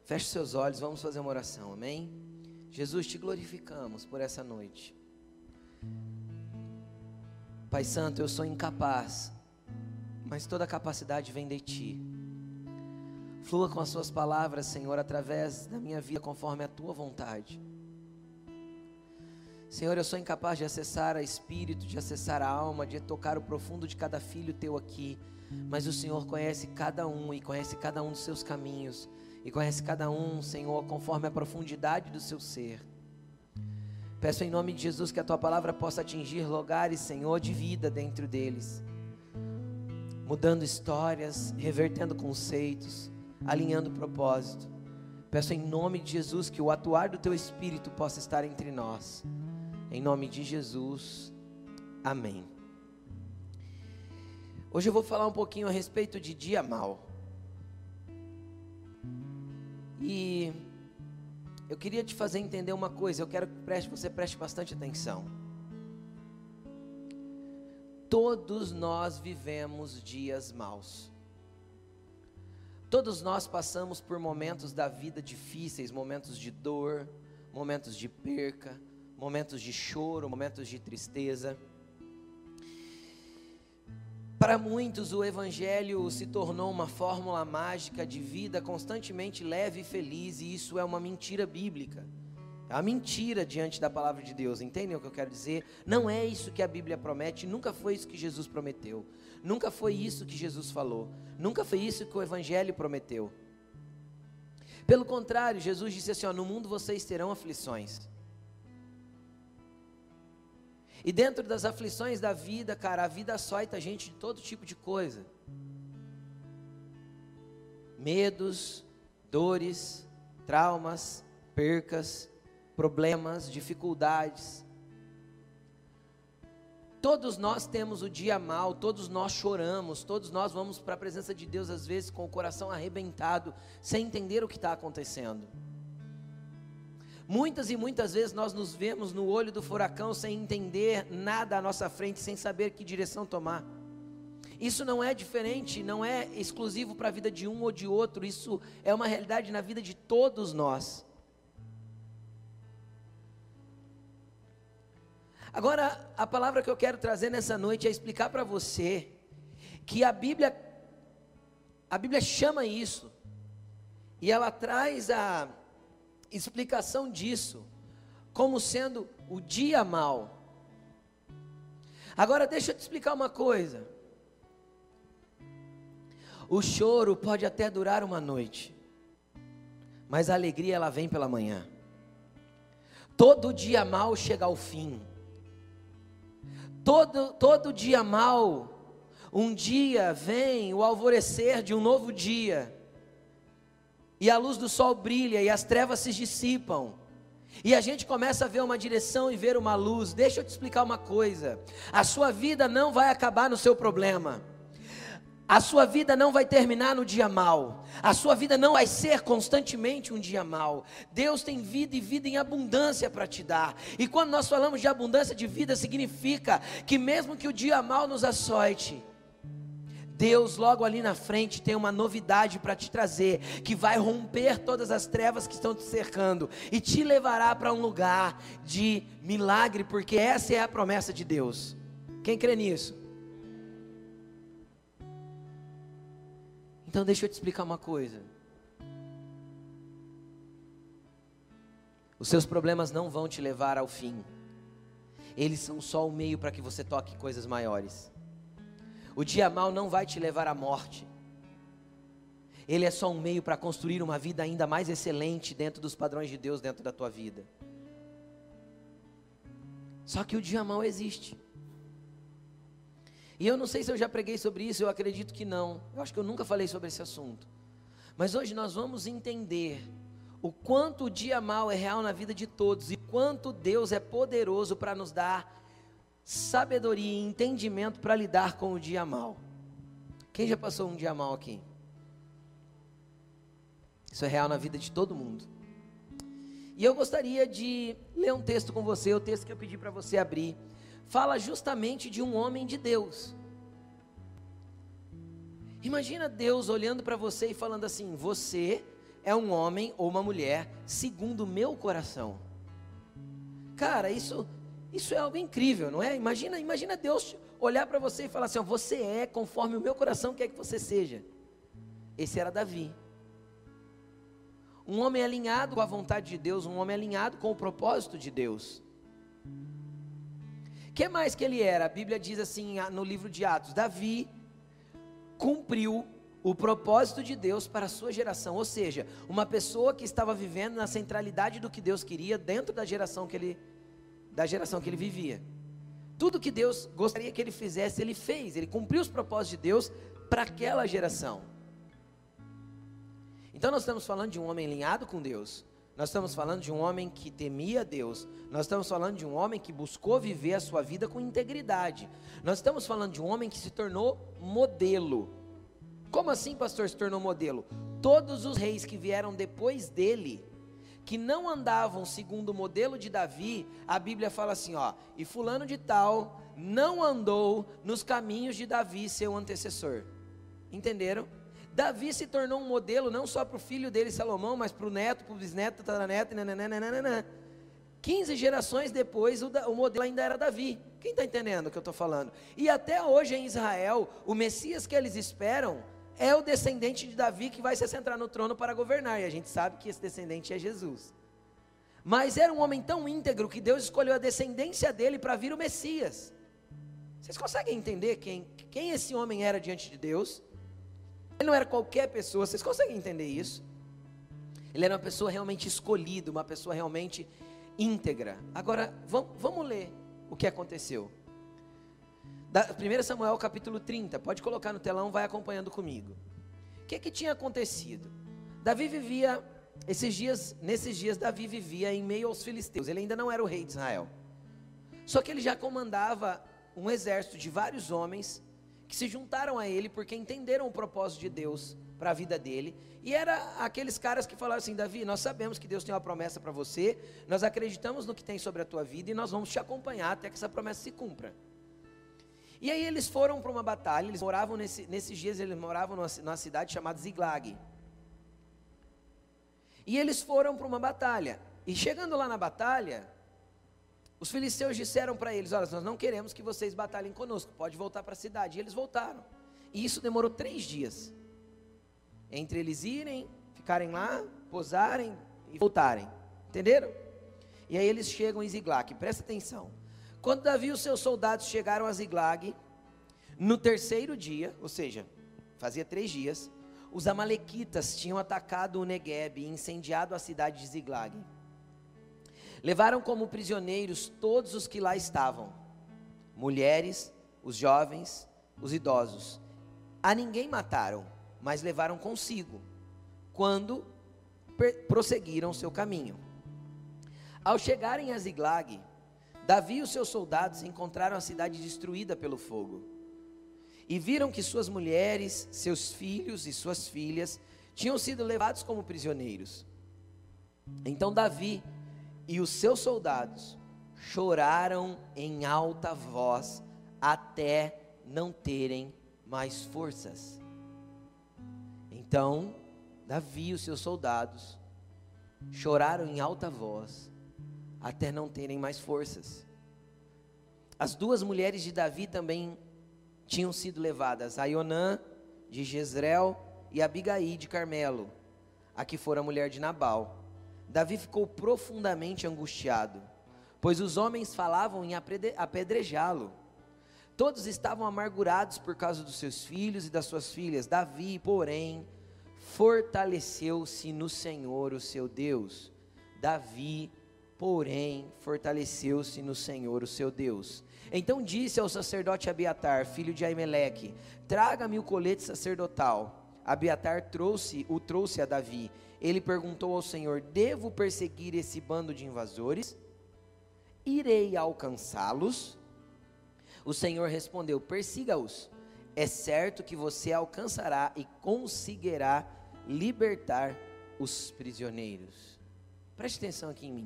Feche seus olhos, vamos fazer uma oração, amém? Jesus, te glorificamos por essa noite. Pai Santo, eu sou incapaz, mas toda a capacidade vem de Ti. Flua com as Suas palavras, Senhor, através da minha vida, conforme a Tua vontade. Senhor, eu sou incapaz de acessar a espírito, de acessar a alma, de tocar o profundo de cada filho Teu aqui, mas o Senhor conhece cada um e conhece cada um dos seus caminhos, e conhece cada um, Senhor, conforme a profundidade do seu ser. Peço em nome de Jesus que a Tua palavra possa atingir lugares, Senhor, de vida dentro deles, mudando histórias, revertendo conceitos, alinhando propósito. Peço em nome de Jesus que o atuar do Teu Espírito possa estar entre nós. Em nome de Jesus, amém. Hoje eu vou falar um pouquinho a respeito de dia mau. E eu queria te fazer entender uma coisa, eu quero que você preste bastante atenção. Todos nós vivemos dias maus. Todos nós passamos por momentos da vida difíceis, momentos de dor, momentos de perca, momentos de choro, momentos de tristeza. Para muitos o Evangelho se tornou uma fórmula mágica de vida constantemente leve e feliz, e isso é uma mentira bíblica. É uma mentira diante da palavra de Deus, entendem o que eu quero dizer? Não é isso que a Bíblia promete, nunca foi isso que Jesus prometeu, nunca foi isso que Jesus falou, nunca foi isso que o Evangelho prometeu. Pelo contrário, Jesus disse assim, no mundo vocês terão aflições. E dentro das aflições da vida, cara, a vida açoita a gente de todo tipo de coisa. Medos, dores, traumas, percas, problemas, dificuldades. Todos nós temos o dia mau, todos nós choramos, todos nós vamos para a presença de Deus às vezes com o coração arrebentado, sem entender o que está acontecendo. Muitas e muitas vezes nós nos vemos no olho do furacão sem entender nada à nossa frente, sem saber que direção tomar. Isso não é diferente, não é exclusivo para a vida de um ou de outro, isso é uma realidade na vida de todos nós. Agora, a palavra que eu quero trazer nessa noite é explicar para você que a Bíblia chama isso, e ela traz a explicação disso como sendo o dia mau. Agora deixa eu te explicar uma coisa. O choro pode até durar uma noite, mas a alegria ela vem pela manhã. Todo dia mau chega ao fim. Todo dia mau, um dia vem o alvorecer de um novo dia, e a luz do sol brilha e as trevas se dissipam, e a gente começa a ver uma direção e ver uma luz. Deixa eu te explicar uma coisa, a sua vida não vai acabar no seu problema, a sua vida não vai terminar no dia mau, a sua vida não vai ser constantemente um dia mau. Deus tem vida e vida em abundância para te dar, e quando nós falamos de abundância de vida, significa que mesmo que o dia mau nos açoite, Deus logo ali na frente tem uma novidade para te trazer, que vai romper todas as trevas que estão te cercando, e te levará para um lugar de milagre, porque essa é a promessa de Deus. Quem crê nisso? Então deixa eu te explicar uma coisa. Os seus problemas não vão te levar ao fim, eles são só o meio para que você toque coisas maiores. O dia mau não vai te levar à morte, ele é só um meio para construir uma vida ainda mais excelente dentro dos padrões de Deus dentro da tua vida. Só que o dia mau existe, e eu não sei se eu já preguei sobre isso, eu acredito que não, eu acho que eu nunca falei sobre esse assunto, mas hoje nós vamos entender o quanto o dia mau é real na vida de todos, e quanto Deus é poderoso para nos dar sabedoria e entendimento para lidar com o dia mau. Quem já passou um dia mau aqui? Isso é real na vida de todo mundo. E eu gostaria de ler um texto com você, o texto que eu pedi para você abrir, fala justamente de um homem de Deus. Imagina Deus olhando para você e falando assim: você é um homem ou uma mulher segundo o meu coração. Cara, isso é algo incrível, não é? Imagina Deus olhar para você e falar assim, ó, você é conforme o meu coração quer que você seja. Esse era Davi. Um homem alinhado com a vontade de Deus, um homem alinhado com o propósito de Deus. O que mais que ele era? A Bíblia diz assim no livro de Atos, Davi cumpriu o propósito de Deus para a sua geração, ou seja, uma pessoa que estava vivendo na centralidade do que Deus queria dentro da geração que ele vivia. Tudo que Deus gostaria que ele fizesse, ele fez, ele cumpriu os propósitos de Deus para aquela geração. Então nós estamos falando de um homem alinhado com Deus, nós estamos falando de um homem que temia Deus, nós estamos falando de um homem que buscou viver a sua vida com integridade, nós estamos falando de um homem que se tornou modelo. Como assim, pastor, se tornou modelo? Todos os reis que vieram depois dele, que não andavam segundo o modelo de Davi, a Bíblia fala assim, ó, e fulano de tal não andou nos caminhos de Davi, seu antecessor. Entenderam? Davi se tornou um modelo não só para o filho dele, Salomão, mas para o neto, para o bisneto, tataraneto, 15 gerações depois, o modelo ainda era Davi. Quem está entendendo o que eu estou falando? E até hoje em Israel, o Messias que eles esperam é o descendente de Davi que vai se assentar no trono para governar, e a gente sabe que esse descendente é Jesus. Mas era um homem tão íntegro que Deus escolheu a descendência dele para vir o Messias. Vocês conseguem entender quem esse homem era diante de Deus? Ele não era qualquer pessoa, vocês conseguem entender isso? Ele era uma pessoa realmente escolhida, uma pessoa realmente íntegra. Agora, vamos ler o que aconteceu. 1 Samuel capítulo 30, pode colocar no telão, vai acompanhando comigo. O que tinha acontecido? Davi vivia, nesses dias Davi vivia em meio aos filisteus, ele ainda não era o rei de Israel. Só que ele já comandava um exército de vários homens, que se juntaram a ele, porque entenderam o propósito de Deus para a vida dele, e era aqueles caras que falaram assim, Davi, nós sabemos que Deus tem uma promessa para você, nós acreditamos no que tem sobre a tua vida, e nós vamos te acompanhar até que essa promessa se cumpra. E aí eles foram para uma batalha, eles moravam nesses dias, eles moravam numa cidade chamada Ziglag. E eles foram para uma batalha, e chegando lá na batalha, os filisteus disseram para eles, olha, nós não queremos que vocês batalhem conosco, pode voltar para a cidade. E eles voltaram, e isso demorou 3 dias, entre eles irem, ficarem lá, posarem e voltarem, entenderam? E aí eles chegam em Ziglag, presta atenção. Quando Davi e os seus soldados chegaram a Ziglag, no 3º dia, ou seja, fazia 3 dias, os amalequitas tinham atacado o Negueb e incendiado a cidade de Ziglag. Levaram como prisioneiros todos os que lá estavam, mulheres, os jovens, os idosos. A ninguém mataram, mas levaram consigo, quando prosseguiram seu caminho. Ao chegarem a Ziglag, Davi e os seus soldados encontraram a cidade destruída pelo fogo, e viram que suas mulheres, seus filhos e suas filhas tinham sido levados como prisioneiros. Então Davi e os seus soldados choraram em alta voz até não terem mais forças. Então Davi e os seus soldados choraram em alta voz até não terem mais forças. As 2 mulheres de Davi também tinham sido levadas, Aionã de Jezreel e Abigaí de Carmelo, a que fora mulher de Nabal. Davi ficou profundamente angustiado, pois os homens falavam em apedrejá-lo. Todos estavam amargurados por causa dos seus filhos e das suas filhas. Davi, porém, fortaleceu-se no Senhor, o seu Deus. Davi, porém, fortaleceu-se no Senhor, o seu Deus. Então disse ao sacerdote Abiatar, filho de Aimeleque, traga-me o colete sacerdotal. Abiatar o trouxe a Davi. Ele perguntou ao Senhor, devo perseguir esse bando de invasores? Irei alcançá-los? O Senhor respondeu, persiga-os. É certo que você alcançará e conseguirá libertar os prisioneiros. Preste atenção aqui em mim.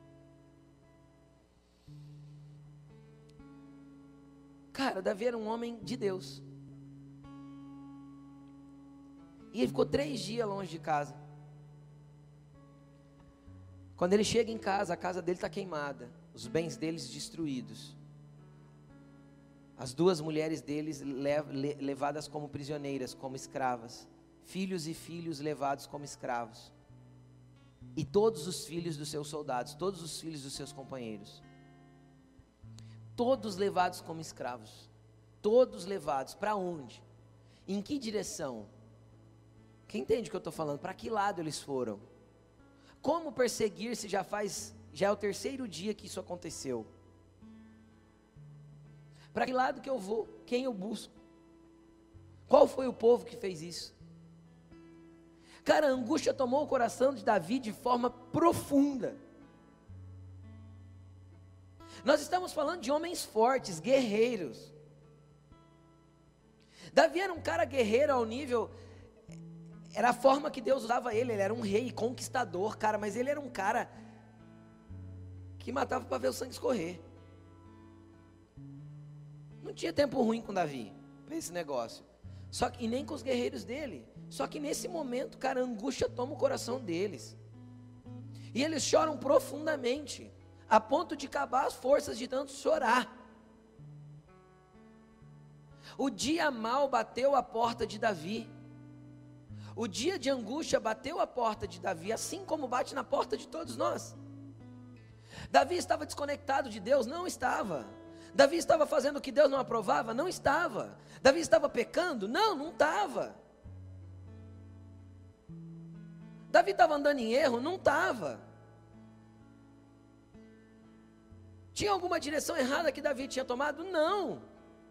Cara, Davi era um homem de Deus. E ele ficou 3 dias longe de casa. Quando ele chega em casa, a casa dele está queimada, os bens deles destruídos. As duas mulheres deles levadas como prisioneiras, como escravas. Filhos e filhos levados como escravos. E todos os filhos dos seus soldados, todos os filhos dos seus companheiros. Todos levados como escravos. Todos levados, para onde? Em que direção? Quem entende o que eu estou falando? Para que lado eles foram? Como perseguir se já é o terceiro dia que isso aconteceu? Para que lado que eu vou? Quem eu busco? Qual foi o povo que fez isso? Cara, a angústia tomou o coração de Davi de forma profunda. Nós estamos falando de homens fortes, guerreiros. Davi era um cara guerreiro ao nível, era a forma que Deus usava ele era um rei, conquistador, cara, mas ele era um cara que matava para ver o sangue escorrer. Não tinha tempo ruim com Davi, para esse negócio, e nem com os guerreiros dele. Só que nesse momento, cara, a angústia toma o coração deles, e eles choram profundamente, a ponto de acabar as forças de tanto chorar. O dia mau bateu a porta de Davi, o dia de angústia bateu a porta de Davi, assim como bate na porta de todos nós. Davi estava desconectado de Deus? Não estava. Davi estava fazendo o que Deus não aprovava? Não estava. Davi estava pecando? Não estava. Davi estava andando em erro? Não estava. Tinha alguma direção errada que Davi tinha tomado? Não.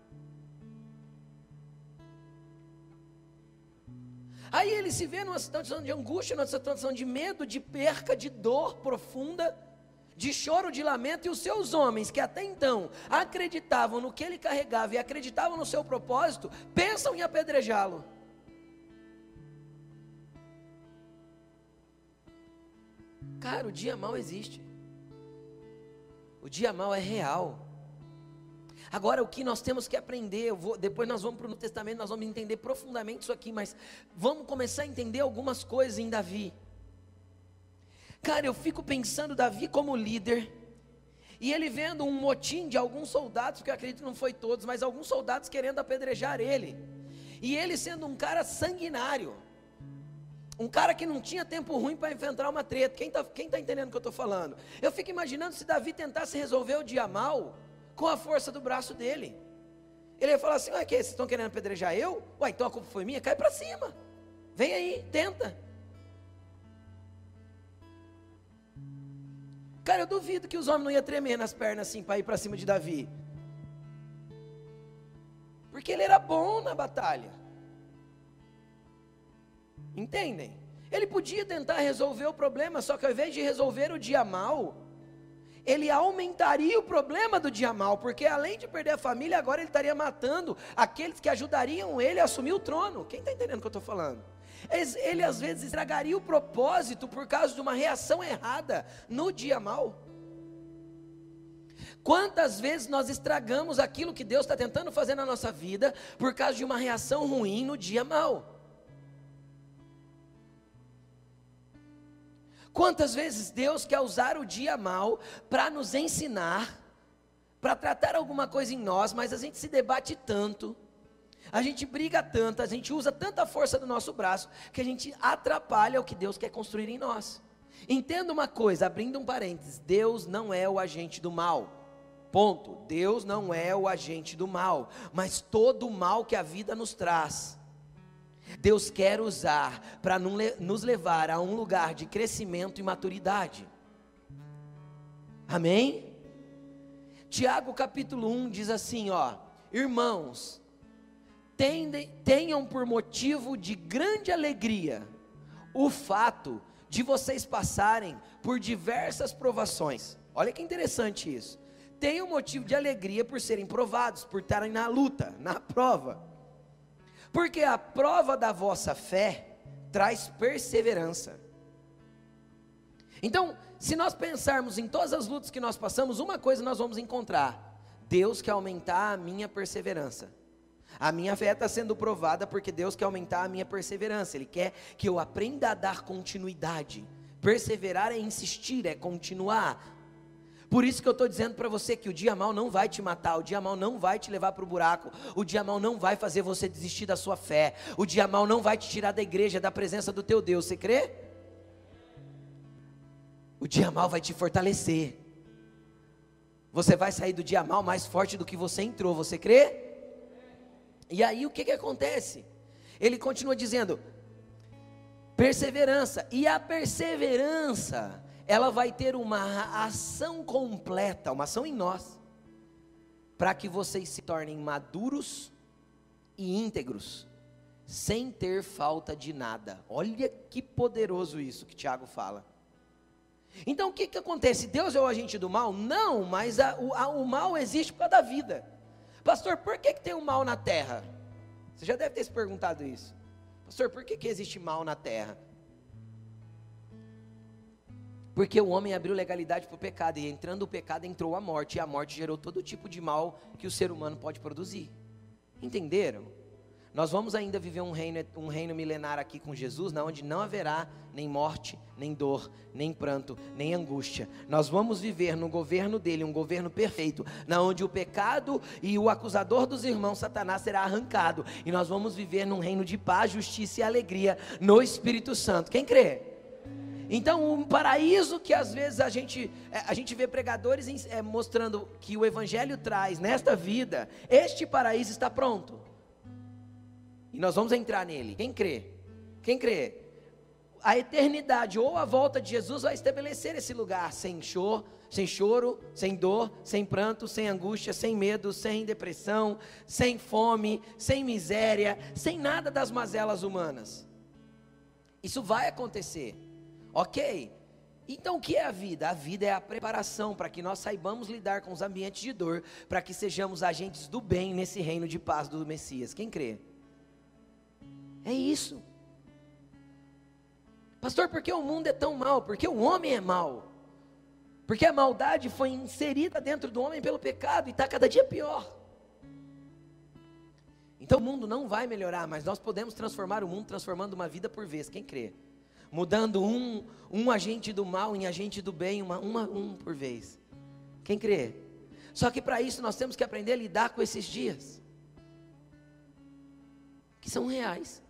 Aí ele se vê numa situação de angústia, numa situação de medo, de perca, de dor profunda, de choro, de lamento, e os seus homens, que até então acreditavam no que ele carregava e acreditavam no seu propósito, pensam em apedrejá-lo. Cara, o dia mau existe. O dia mau é real. Agora, o que nós temos que aprender, depois nós vamos para o Novo Testamento, nós vamos entender profundamente isso aqui, mas vamos começar a entender algumas coisas em Davi. Cara, eu fico pensando Davi como líder, e ele vendo um motim de alguns soldados, porque eu acredito que não foi todos, mas alguns soldados querendo apedrejar ele, e ele sendo um cara sanguinário, um cara que não tinha tempo ruim para enfrentar uma treta. Quem está entendendo o que eu estou falando? Eu fico imaginando se Davi tentasse resolver o dia mal com a força do braço dele. Ele ia falar assim: ué, vocês estão querendo apedrejar eu? Ué, então a culpa foi minha? Cai para cima, vem aí, tenta. Cara, eu duvido que os homens não iam tremer nas pernas assim para ir para cima de Davi, porque ele era bom na batalha. Entendem? Ele podia tentar resolver o problema, só que ao invés de resolver o dia mal, ele aumentaria o problema do dia mal, porque além de perder a família, agora ele estaria matando aqueles que ajudariam ele a assumir o trono. Quem está entendendo o que eu estou falando? Ele às vezes estragaria o propósito por causa de uma reação errada no dia mal. Quantas vezes nós estragamos aquilo que Deus está tentando fazer na nossa vida por causa de uma reação ruim no dia mal? Quantas vezes Deus quer usar o dia mal para nos ensinar, para tratar alguma coisa em nós, mas a gente se debate tanto, a gente briga tanto, a gente usa tanta força do nosso braço, que a gente atrapalha o que Deus quer construir em nós. Entenda uma coisa, abrindo um parênteses: Deus não é o agente do mal, ponto. Deus não é o agente do mal, mas todo o mal que a vida nos traz, Deus quer usar para nos levar a um lugar de crescimento e maturidade. Amém? Tiago capítulo 1 diz assim, irmãos, tenham por motivo de grande alegria o fato de vocês passarem por diversas provações. Olha que interessante isso. Tenham motivo de alegria por serem provados, por estarem na luta, na prova. Porque a prova da vossa fé traz perseverança. Então, se nós pensarmos em todas as lutas que nós passamos, uma coisa nós vamos encontrar: Deus quer aumentar a minha perseverança. A minha fé está sendo provada porque Deus quer aumentar a minha perseverança. Ele quer que eu aprenda a dar continuidade, Perseverar é insistir, é continuar. Por isso que eu estou dizendo para você que o dia mau não vai te matar, o dia mau não vai te levar para o buraco, o dia mau não vai fazer você desistir da sua fé, o dia mau não vai te tirar da igreja, da presença do teu Deus, você crê? O dia mau vai te fortalecer, você vai sair do dia mau mais forte do que você entrou, você crê? E aí o que acontece? Ele continua dizendo, perseverança, e a perseverança, ela vai ter uma ação completa, uma ação em nós, para que vocês se tornem maduros e íntegros, sem ter falta de nada. Olha que poderoso isso que Tiago fala. Então o que acontece? Deus é o agente do mal? Não, mas o mal existe por causa da vida. Pastor, por que tem o mal na terra? Você já deve ter se perguntado isso. Pastor, por que existe mal na terra? Porque o homem abriu legalidade para o pecado, e entrando o pecado entrou a morte, e a morte gerou todo tipo de mal que o ser humano pode produzir. Entenderam? Nós vamos ainda viver um reino milenar aqui com Jesus, onde não haverá nem morte, nem dor, nem pranto, nem angústia. Nós vamos viver no governo dele, um governo perfeito, onde o pecado e o acusador dos irmãos, Satanás, será arrancado, e nós vamos viver num reino de paz, justiça e alegria no Espírito Santo. Quem crê? Então um paraíso que às vezes a gente vê pregadores mostrando que o Evangelho traz nesta vida, este paraíso está pronto, e nós vamos entrar nele. Quem crê? Quem crê? A eternidade ou a volta de Jesus vai estabelecer esse lugar sem choro, sem dor, sem pranto, sem angústia, sem medo, sem depressão, sem fome, sem miséria, sem nada das mazelas humanas. Isso vai acontecer. Ok? Então o que é a vida? A vida é a preparação para que nós saibamos lidar com os ambientes de dor, para que sejamos agentes do bem nesse reino de paz do Messias. Quem crê? É isso. Pastor, por que o mundo é tão mau? Porque o homem é mau. Porque a maldade foi inserida dentro do homem pelo pecado e está cada dia pior. Então o mundo não vai melhorar, mas nós podemos transformar o mundo transformando uma vida por vez. Quem crê? Mudando um agente do mal em agente do bem, um por vez. Quem crê? Só que para isso nós temos que aprender a lidar com esses dias, que são reais.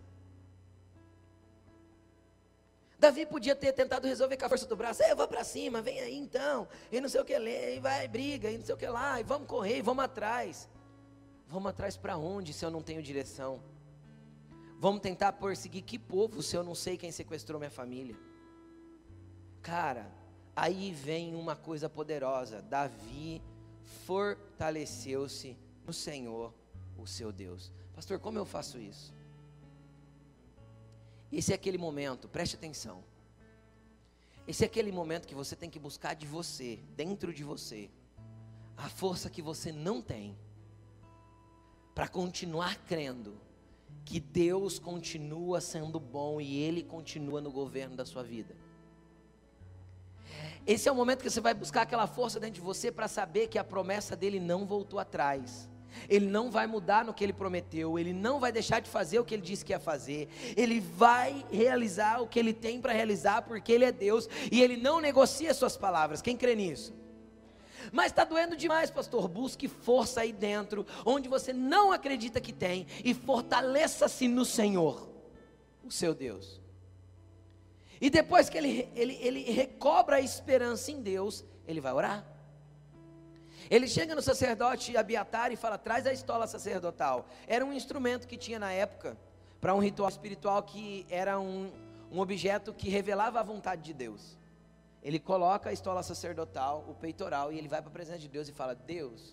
Davi podia ter tentado resolver com a força do braço. Eu vou para cima, vem aí então, e não sei o que, e vai, briga, e não sei o que lá, e vamos correr, e vamos atrás. Vamos atrás para onde se eu não tenho direção? Vamos tentar perseguir que povo se eu não sei quem sequestrou minha família? Cara, aí vem uma coisa poderosa. Davi fortaleceu-se no Senhor, o seu Deus. Pastor, como eu faço isso? Esse é aquele momento, preste atenção. Esse é aquele momento que você tem que buscar de você, dentro de você, a força que você não tem, para continuar crendo que Deus continua sendo bom e Ele continua no governo da sua vida. Esse é o momento que você vai buscar aquela força dentro de você para saber que a promessa dele não voltou atrás. Ele não vai mudar no que ele prometeu, ele não vai deixar de fazer o que ele disse que ia fazer, ele vai realizar o que ele tem para realizar, porque ele é Deus e ele não negocia suas palavras. Quem crê nisso? Mas está doendo demais, pastor. Busque força aí dentro, onde você não acredita que tem, e fortaleça-se no Senhor, o seu Deus. E depois que ele recobra a esperança em Deus, ele vai orar. Ele chega no sacerdote Abiatar e fala: traz a estola sacerdotal. Era um instrumento que tinha na época, para um ritual espiritual, que era um objeto que revelava a vontade de Deus. Ele coloca a estola sacerdotal, o peitoral, e ele vai para a presença de Deus e fala: Deus,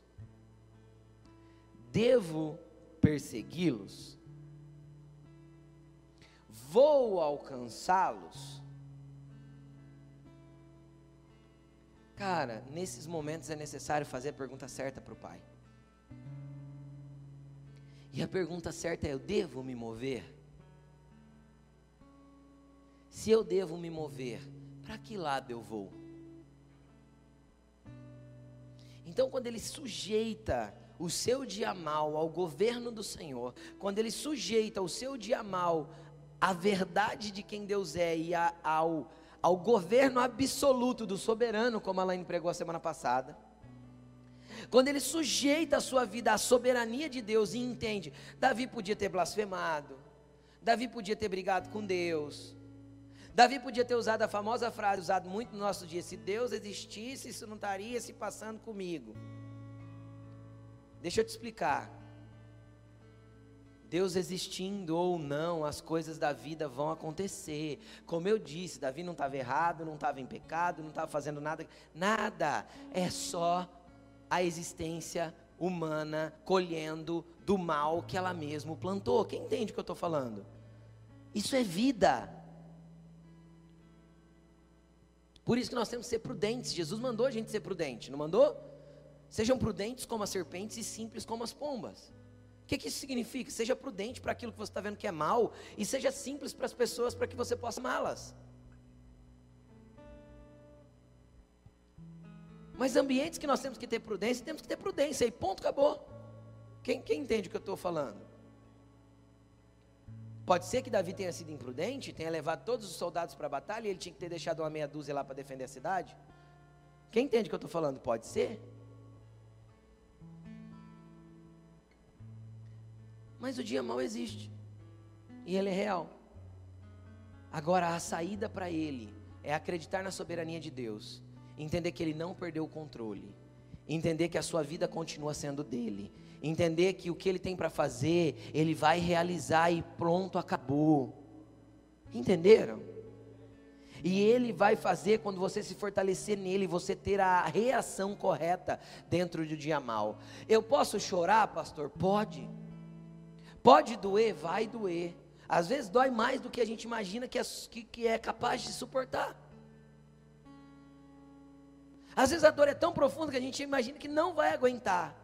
devo persegui-los? Vou alcançá-los? Cara, nesses momentos é necessário fazer a pergunta certa para o Pai. E a pergunta certa é: eu devo me mover? Se eu devo me mover, para que lado eu vou? Então, quando ele sujeita o seu dia mal ao governo do Senhor, quando ele sujeita o seu dia mal à verdade de quem Deus é e ao ao governo absoluto do soberano, como a Laine pregou a semana passada, quando ele sujeita a sua vida à soberania de Deus e entende, Davi podia ter blasfemado, Davi podia ter brigado com Deus, Davi podia ter usado a famosa frase, usada muito no nosso dia, se Deus existisse, isso não estaria se passando comigo. Deixa eu te explicar, Deus existindo ou não, as coisas da vida vão acontecer. Como eu disse, Davi não estava errado, não estava em pecado, não estava fazendo nada, é só a existência humana colhendo do mal que ela mesma plantou. Quem entende o que eu estou falando? Isso é vida. Por isso que nós temos que ser prudentes. Jesus mandou a gente ser prudente, não mandou? Sejam prudentes como as serpentes e simples como as pombas. O que isso significa? Seja prudente para aquilo que você está vendo que é mal, e seja simples para as pessoas para que você possa amá-las. Mas ambientes que nós temos que ter prudência, e ponto, acabou. Quem entende o que eu estou falando? Pode ser que Davi tenha sido imprudente, tenha levado todos os soldados para a batalha, e ele tinha que ter deixado uma meia dúzia lá para defender a cidade? Quem entende o que eu estou falando? Pode ser. Mas o dia mau existe, e ele é real. Agora a saída para ele é acreditar na soberania de Deus, entender que ele não perdeu o controle, entender que a sua vida continua sendo dele, entender que o que ele tem para fazer, ele vai realizar e pronto, acabou. Entenderam? E ele vai fazer quando você se fortalecer nele, você ter a reação correta dentro do dia mau. Eu posso chorar, pastor? Pode. Pode doer? Vai doer. Às vezes dói mais do que a gente imagina que é capaz de suportar. Às vezes a dor é tão profunda que a gente imagina que não vai aguentar.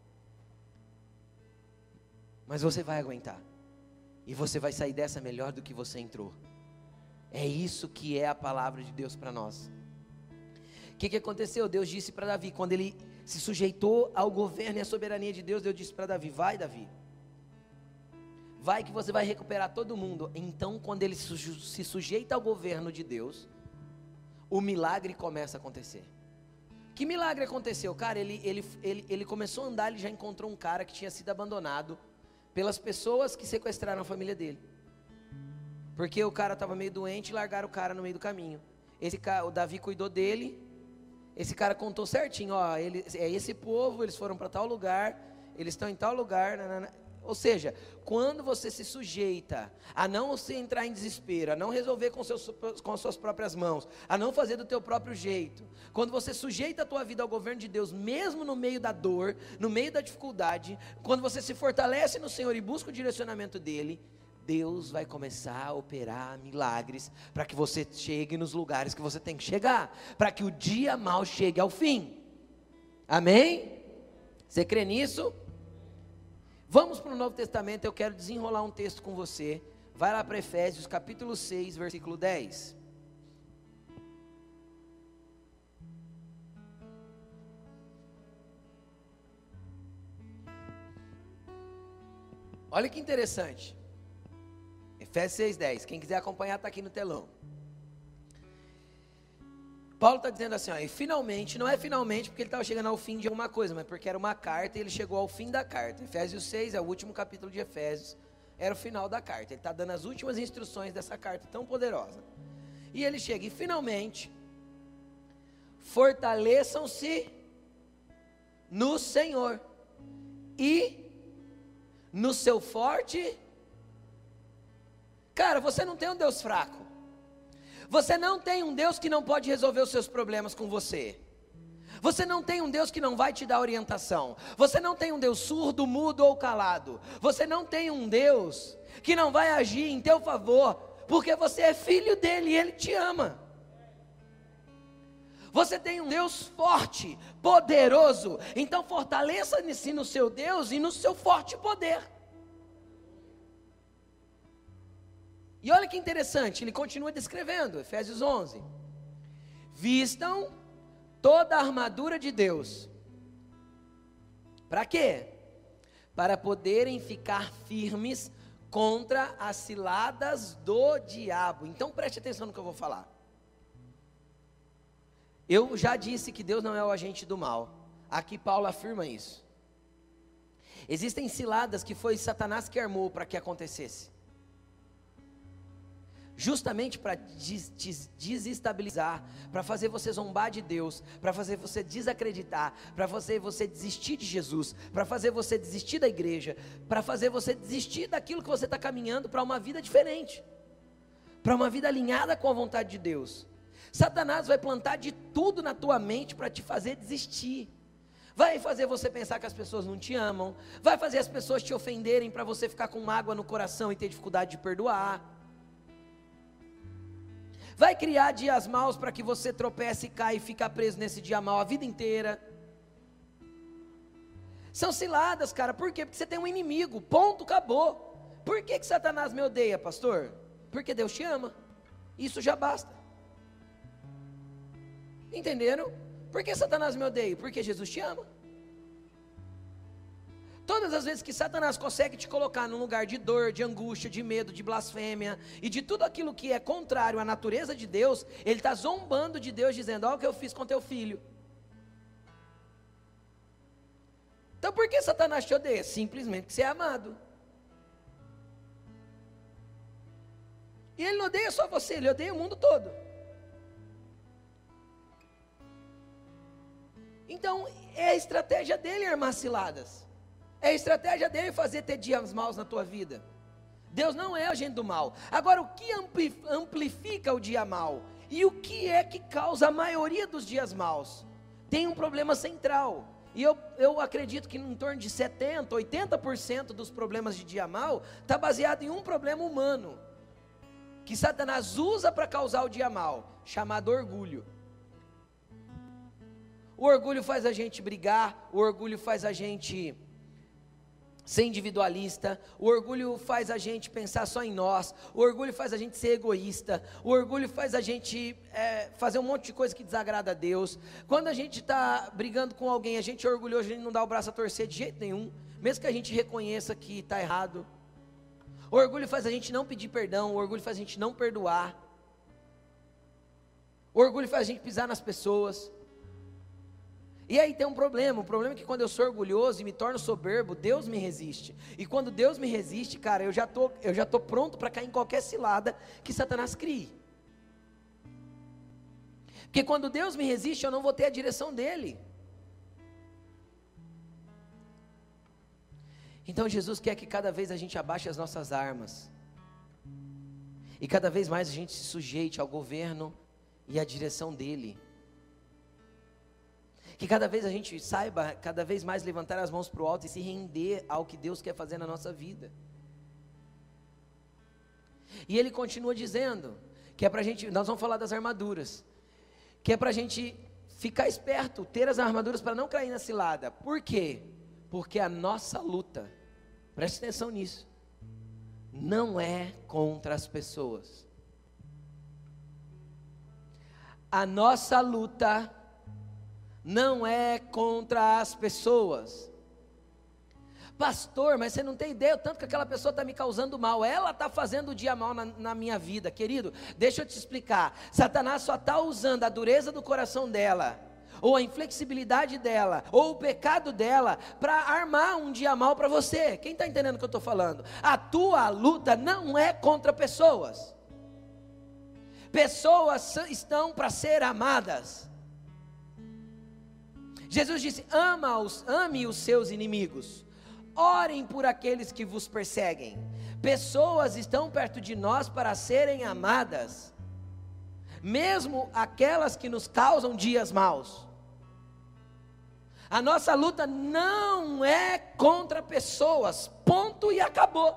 Mas você vai aguentar. E você vai sair dessa melhor do que você entrou. É isso que é a palavra de Deus para nós. O que aconteceu? Deus disse para Davi, quando ele se sujeitou ao governo e à soberania de Deus, Deus disse para Davi, vai Davi. Vai que você vai recuperar todo mundo. Então quando ele se sujeita ao governo de Deus, o milagre começa a acontecer. Que milagre aconteceu? Cara, ele começou a andar, ele já encontrou um cara que tinha sido abandonado pelas pessoas que sequestraram a família dele. Porque o cara estava meio doente e largaram o cara no meio do caminho. O Davi cuidou dele. Esse cara contou certinho, ó, é esse povo, eles foram para tal lugar, eles estão em tal lugar, Ou seja, quando você se sujeita a não se entrar em desespero, a não resolver com as suas próprias mãos, a não fazer do teu próprio jeito, quando você sujeita a tua vida ao governo de Deus, mesmo no meio da dor, no meio da dificuldade, quando você se fortalece no Senhor e busca o direcionamento dEle, Deus vai começar a operar milagres, para que você chegue nos lugares que você tem que chegar, para que o dia mau chegue ao fim. Amém? Você crê nisso? Vamos para o Novo Testamento, eu quero desenrolar um texto com você. Vai lá para Efésios capítulo 6, versículo 10. Olha que interessante. Efésios 6, 10. Quem quiser acompanhar está aqui no telão. Paulo está dizendo assim, ó, e finalmente, não é finalmente porque ele estava chegando ao fim de alguma coisa, mas porque era uma carta e ele chegou ao fim da carta. Efésios 6 é o último capítulo de Efésios, era o final da carta. Ele está dando as últimas instruções dessa carta tão poderosa. E ele chega, e finalmente, fortaleçam-se no Senhor e no seu forte. Cara, você não tem um Deus fraco. Você não tem um Deus que não pode resolver os seus problemas com você. Você não tem um Deus que não vai te dar orientação. Você não tem um Deus surdo, mudo ou calado. Você não tem um Deus que não vai agir em teu favor, porque você é filho dele e ele te ama. Você tem um Deus forte, poderoso. Então fortaleça-se no seu Deus e no seu forte poder. E olha que interessante, ele continua descrevendo, Efésios 11. Vistam toda a armadura de Deus. Para quê? Para poderem ficar firmes contra as ciladas do diabo. Então preste atenção no que eu vou falar. Eu já disse que Deus não é o agente do mal. Aqui Paulo afirma isso. Existem ciladas que foi Satanás que armou para que acontecesse. Justamente para desestabilizar, para fazer você zombar de Deus, para fazer você desacreditar, para fazer você desistir de Jesus, para fazer você desistir da igreja, para fazer você desistir daquilo que você está caminhando para uma vida diferente, para uma vida alinhada com a vontade de Deus. Satanás vai plantar de tudo na tua mente para te fazer desistir. Vai fazer você pensar que as pessoas não te amam, vai fazer as pessoas te ofenderem para você ficar com mágoa no coração e ter dificuldade de perdoar. Vai criar dias maus para que você tropece e caia e fique preso nesse dia mau a vida inteira. São ciladas, cara. Por quê? Porque você tem um inimigo, ponto, acabou. Por que Satanás me odeia, pastor? Porque Deus te ama, isso já basta. Entenderam? Por que Satanás me odeia? Porque Jesus te ama. Todas as vezes que Satanás consegue te colocar num lugar de dor, de angústia, de medo, de blasfêmia e de tudo aquilo que é contrário à natureza de Deus, ele está zombando de Deus, dizendo: olha o que eu fiz com teu filho. Então por que Satanás te odeia? Simplesmente porque você é amado. E ele não odeia só você, ele odeia o mundo todo. Então é a estratégia dele armar ciladas. É a estratégia dele fazer ter dias maus na tua vida. Deus não é agente do mal. Agora, o que amplifica o dia mau? E o que é que causa a maioria dos dias maus? Tem um problema central. E eu acredito que em torno de 70%, 80% dos problemas de dia mau está baseado em um problema humano, que Satanás usa para causar o dia mau, chamado orgulho. O orgulho faz a gente brigar, o orgulho faz a gente ser individualista, o orgulho faz a gente pensar só em nós, o orgulho faz a gente ser egoísta, o orgulho faz a gente fazer um monte de coisa que desagrada a Deus. Quando a gente está brigando com alguém, a gente é orgulhoso, a gente não dá o braço a torcer de jeito nenhum, mesmo que a gente reconheça que está errado. O orgulho faz a gente não pedir perdão, o orgulho faz a gente não perdoar, o orgulho faz a gente pisar nas pessoas. E aí tem um problema, o problema é que quando eu sou orgulhoso e me torno soberbo, Deus me resiste. E quando Deus me resiste, cara, eu já tô pronto para cair em qualquer cilada que Satanás crie. Porque quando Deus me resiste, eu não vou ter a direção dele. Então Jesus quer que cada vez a gente abaixe as nossas armas. E cada vez mais a gente se sujeite ao governo e à direção dele. Que cada vez a gente saiba, cada vez mais levantar as mãos para o alto e se render ao que Deus quer fazer na nossa vida. E ele continua dizendo, que é para a gente, nós vamos falar das armaduras, que é para a gente ficar esperto, ter as armaduras para não cair na cilada. Por quê? Porque a nossa luta, preste atenção nisso, não é contra as pessoas. A nossa luta não é contra as pessoas. Pastor, mas você não tem ideia o tanto que aquela pessoa está me causando mal, ela está fazendo o dia mal na minha vida. Querido, deixa eu te explicar, Satanás só está usando a dureza do coração dela, ou a inflexibilidade dela, ou o pecado dela, para armar um dia mal para você. Quem está entendendo o que eu estou falando? A tua luta não é contra pessoas. Pessoas estão para ser amadas. Jesus disse: ame os seus inimigos, orem por aqueles que vos perseguem. Pessoas estão perto de nós para serem amadas, mesmo aquelas que nos causam dias maus. A nossa luta não é contra pessoas, ponto e acabou.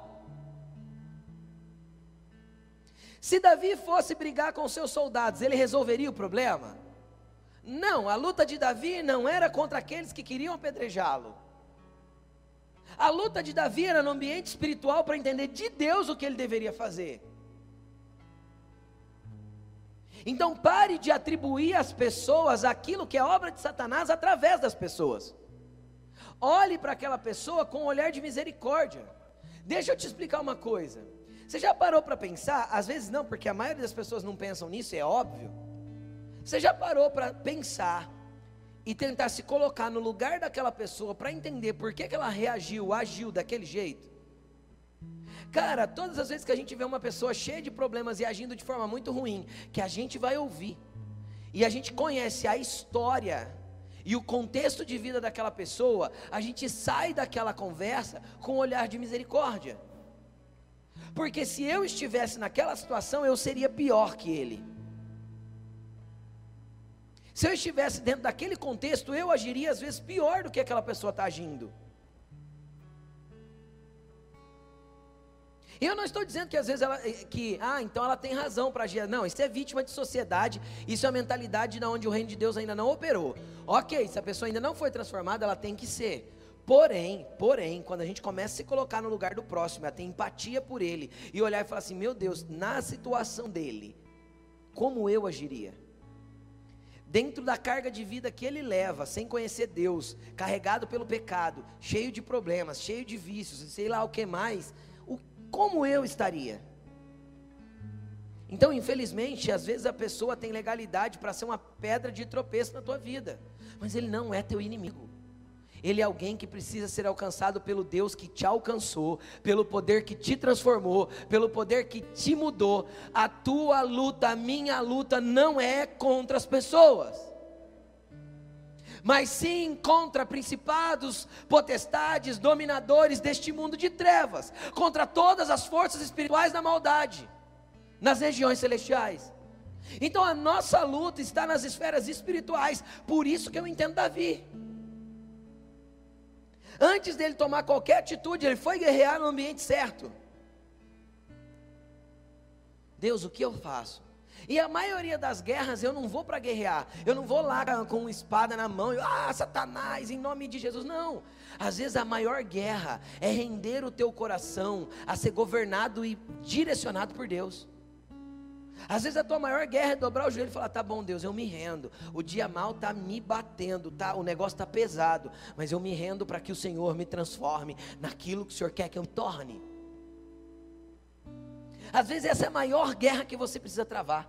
Se Davi fosse brigar com seus soldados, ele resolveria o problema? Não, a luta de Davi não era contra aqueles que queriam apedrejá-lo. A luta de Davi era no ambiente espiritual para entender de Deus o que ele deveria fazer. Então pare de atribuir às pessoas aquilo que é obra de Satanás através das pessoas. Olhe para aquela pessoa com um olhar de misericórdia. Deixa eu te explicar uma coisa. Você já parou para pensar? Às vezes não, porque a maioria das pessoas não pensam nisso, é óbvio. Você já parou para pensar e tentar se colocar no lugar daquela pessoa para entender por que ela reagiu, agiu daquele jeito? Cara, todas as vezes que a gente vê uma pessoa cheia de problemas e agindo de forma muito ruim, que a gente vai ouvir, e a gente conhece a história e o contexto de vida daquela pessoa, a gente sai daquela conversa com um olhar de misericórdia. Porque se eu estivesse naquela situação, eu seria pior que ele. Se eu estivesse dentro daquele contexto, eu agiria às vezes pior do que aquela pessoa está agindo. E eu não estou dizendo que às vezes então ela tem razão para agir. Não, isso é vítima de sociedade, isso é a mentalidade de onde o reino de Deus ainda não operou. Ok, se a pessoa ainda não foi transformada, ela tem que ser. Porém, quando a gente começa a se colocar no lugar do próximo, a ter empatia por ele, e olhar e falar assim, meu Deus, na situação dele, como eu agiria? Dentro da carga de vida que ele leva, sem conhecer Deus, carregado pelo pecado, cheio de problemas, cheio de vícios, sei lá o que mais, como eu estaria? Então, infelizmente, às vezes a pessoa tem legalidade para ser uma pedra de tropeço na tua vida, mas ele não é teu inimigo. Ele é alguém que precisa ser alcançado pelo Deus que te alcançou, pelo poder que te transformou, pelo poder que te mudou. A tua luta, a minha luta não é contra as pessoas, mas sim contra principados, potestades, dominadores deste mundo de trevas, contra todas as forças espirituais da maldade, nas regiões celestiais. Então a nossa luta está nas esferas espirituais. Por isso que eu entendo Davi. Antes dele tomar qualquer atitude, ele foi guerrear no ambiente certo. Deus, o que eu faço? E a maioria das guerras eu não vou para guerrear, eu não vou lá com uma espada na mão, Satanás, em nome de Jesus, não. Às vezes a maior guerra é render o teu coração a ser governado e direcionado por Deus. Às vezes a tua maior guerra é dobrar o joelho e falar, tá bom Deus, eu me rendo, o dia mal está me batendo, o negócio está pesado, mas eu me rendo para que o Senhor me transforme naquilo que o Senhor quer que eu me torne. Às vezes essa é a maior guerra que você precisa travar.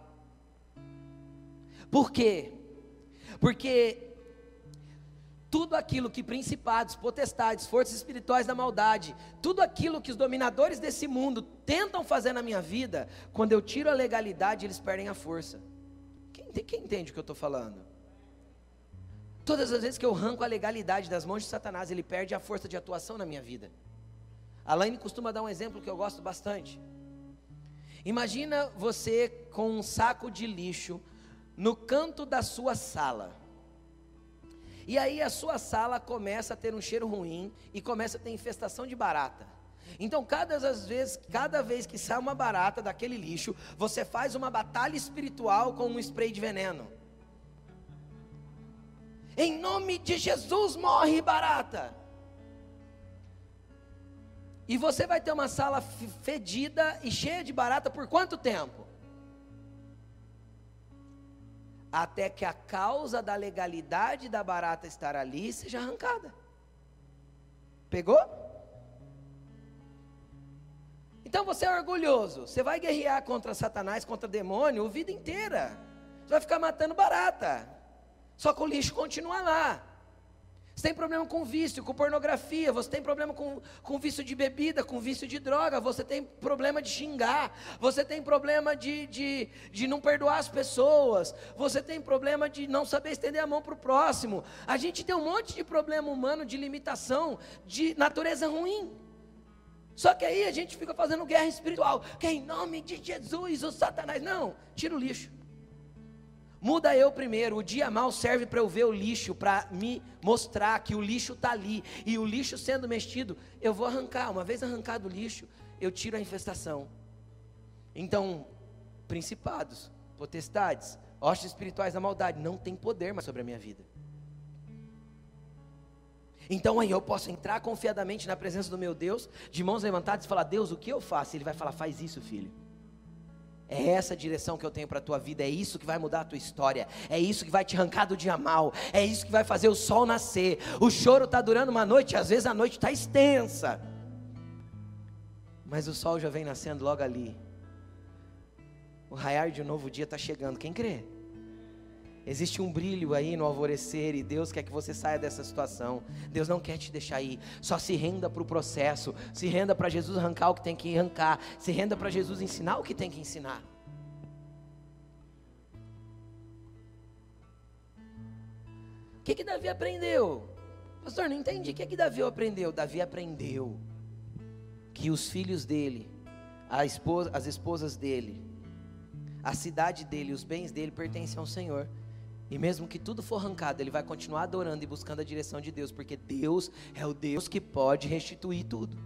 Por quê? Porque tudo aquilo que principados, potestades, forças espirituais da maldade, tudo aquilo que os dominadores desse mundo tentam fazer na minha vida, quando eu tiro a legalidade, eles perdem a força. Quem entende o que eu estou falando? Todas as vezes que eu arranco a legalidade das mãos de Satanás, ele perde a força de atuação na minha vida. A Laine costuma dar um exemplo que eu gosto bastante. Imagina você com um saco de lixo no canto da sua sala. E aí a sua sala começa a ter um cheiro ruim e começa a ter infestação de barata. Então cada vez que sai uma barata daquele lixo, você faz uma batalha espiritual com um spray de veneno. Em nome de Jesus, morre barata. E você vai ter uma sala fedida e cheia de barata por quanto tempo? Até que a causa da legalidade da barata estar ali seja arrancada. Pegou? Então você é orgulhoso, você vai guerrear contra Satanás, contra demônio a vida inteira. Você vai ficar matando barata, só que o lixo continua lá. Você tem problema com vício, com pornografia, você tem problema com vício de bebida, com vício de droga, você tem problema de xingar, você tem problema de não perdoar as pessoas, você tem problema de não saber estender a mão para o próximo. A gente tem um monte de problema humano, de limitação, de natureza ruim. Só que aí a gente fica fazendo guerra espiritual, que é em nome de Jesus, o Satanás. Não, tira o lixo. Muda eu primeiro. O dia mal serve para eu ver o lixo, para me mostrar que o lixo está ali, e o lixo sendo mexido, eu vou arrancar. Uma vez arrancado o lixo, eu tiro a infestação. Então, principados, potestades, hostes espirituais da maldade, não tem poder mais sobre a minha vida. Então aí eu posso entrar confiadamente na presença do meu Deus, de mãos levantadas e falar, Deus, o que eu faço? Ele vai falar, faz isso, filho. É essa a direção que eu tenho para a tua vida, é isso que vai mudar a tua história, é isso que vai te arrancar do dia mal, é isso que vai fazer o sol nascer. O choro está durando uma noite, às vezes a noite está extensa, mas o sol já vem nascendo logo ali. O raiar de um novo dia está chegando, quem crê? Existe um brilho aí no alvorecer e Deus quer que você saia dessa situação. Deus não quer te deixar ir. Só se renda para o processo. Se renda para Jesus arrancar o que tem que arrancar. Se renda para Jesus ensinar o que tem que ensinar. O que Davi aprendeu? Pastor, não entendi. O que Davi aprendeu? Davi aprendeu que os filhos dele, as esposas dele, a cidade dele, os bens dele pertencem ao Senhor. E mesmo que tudo for arrancado, ele vai continuar adorando e buscando a direção de Deus, porque Deus é o Deus que pode restituir tudo.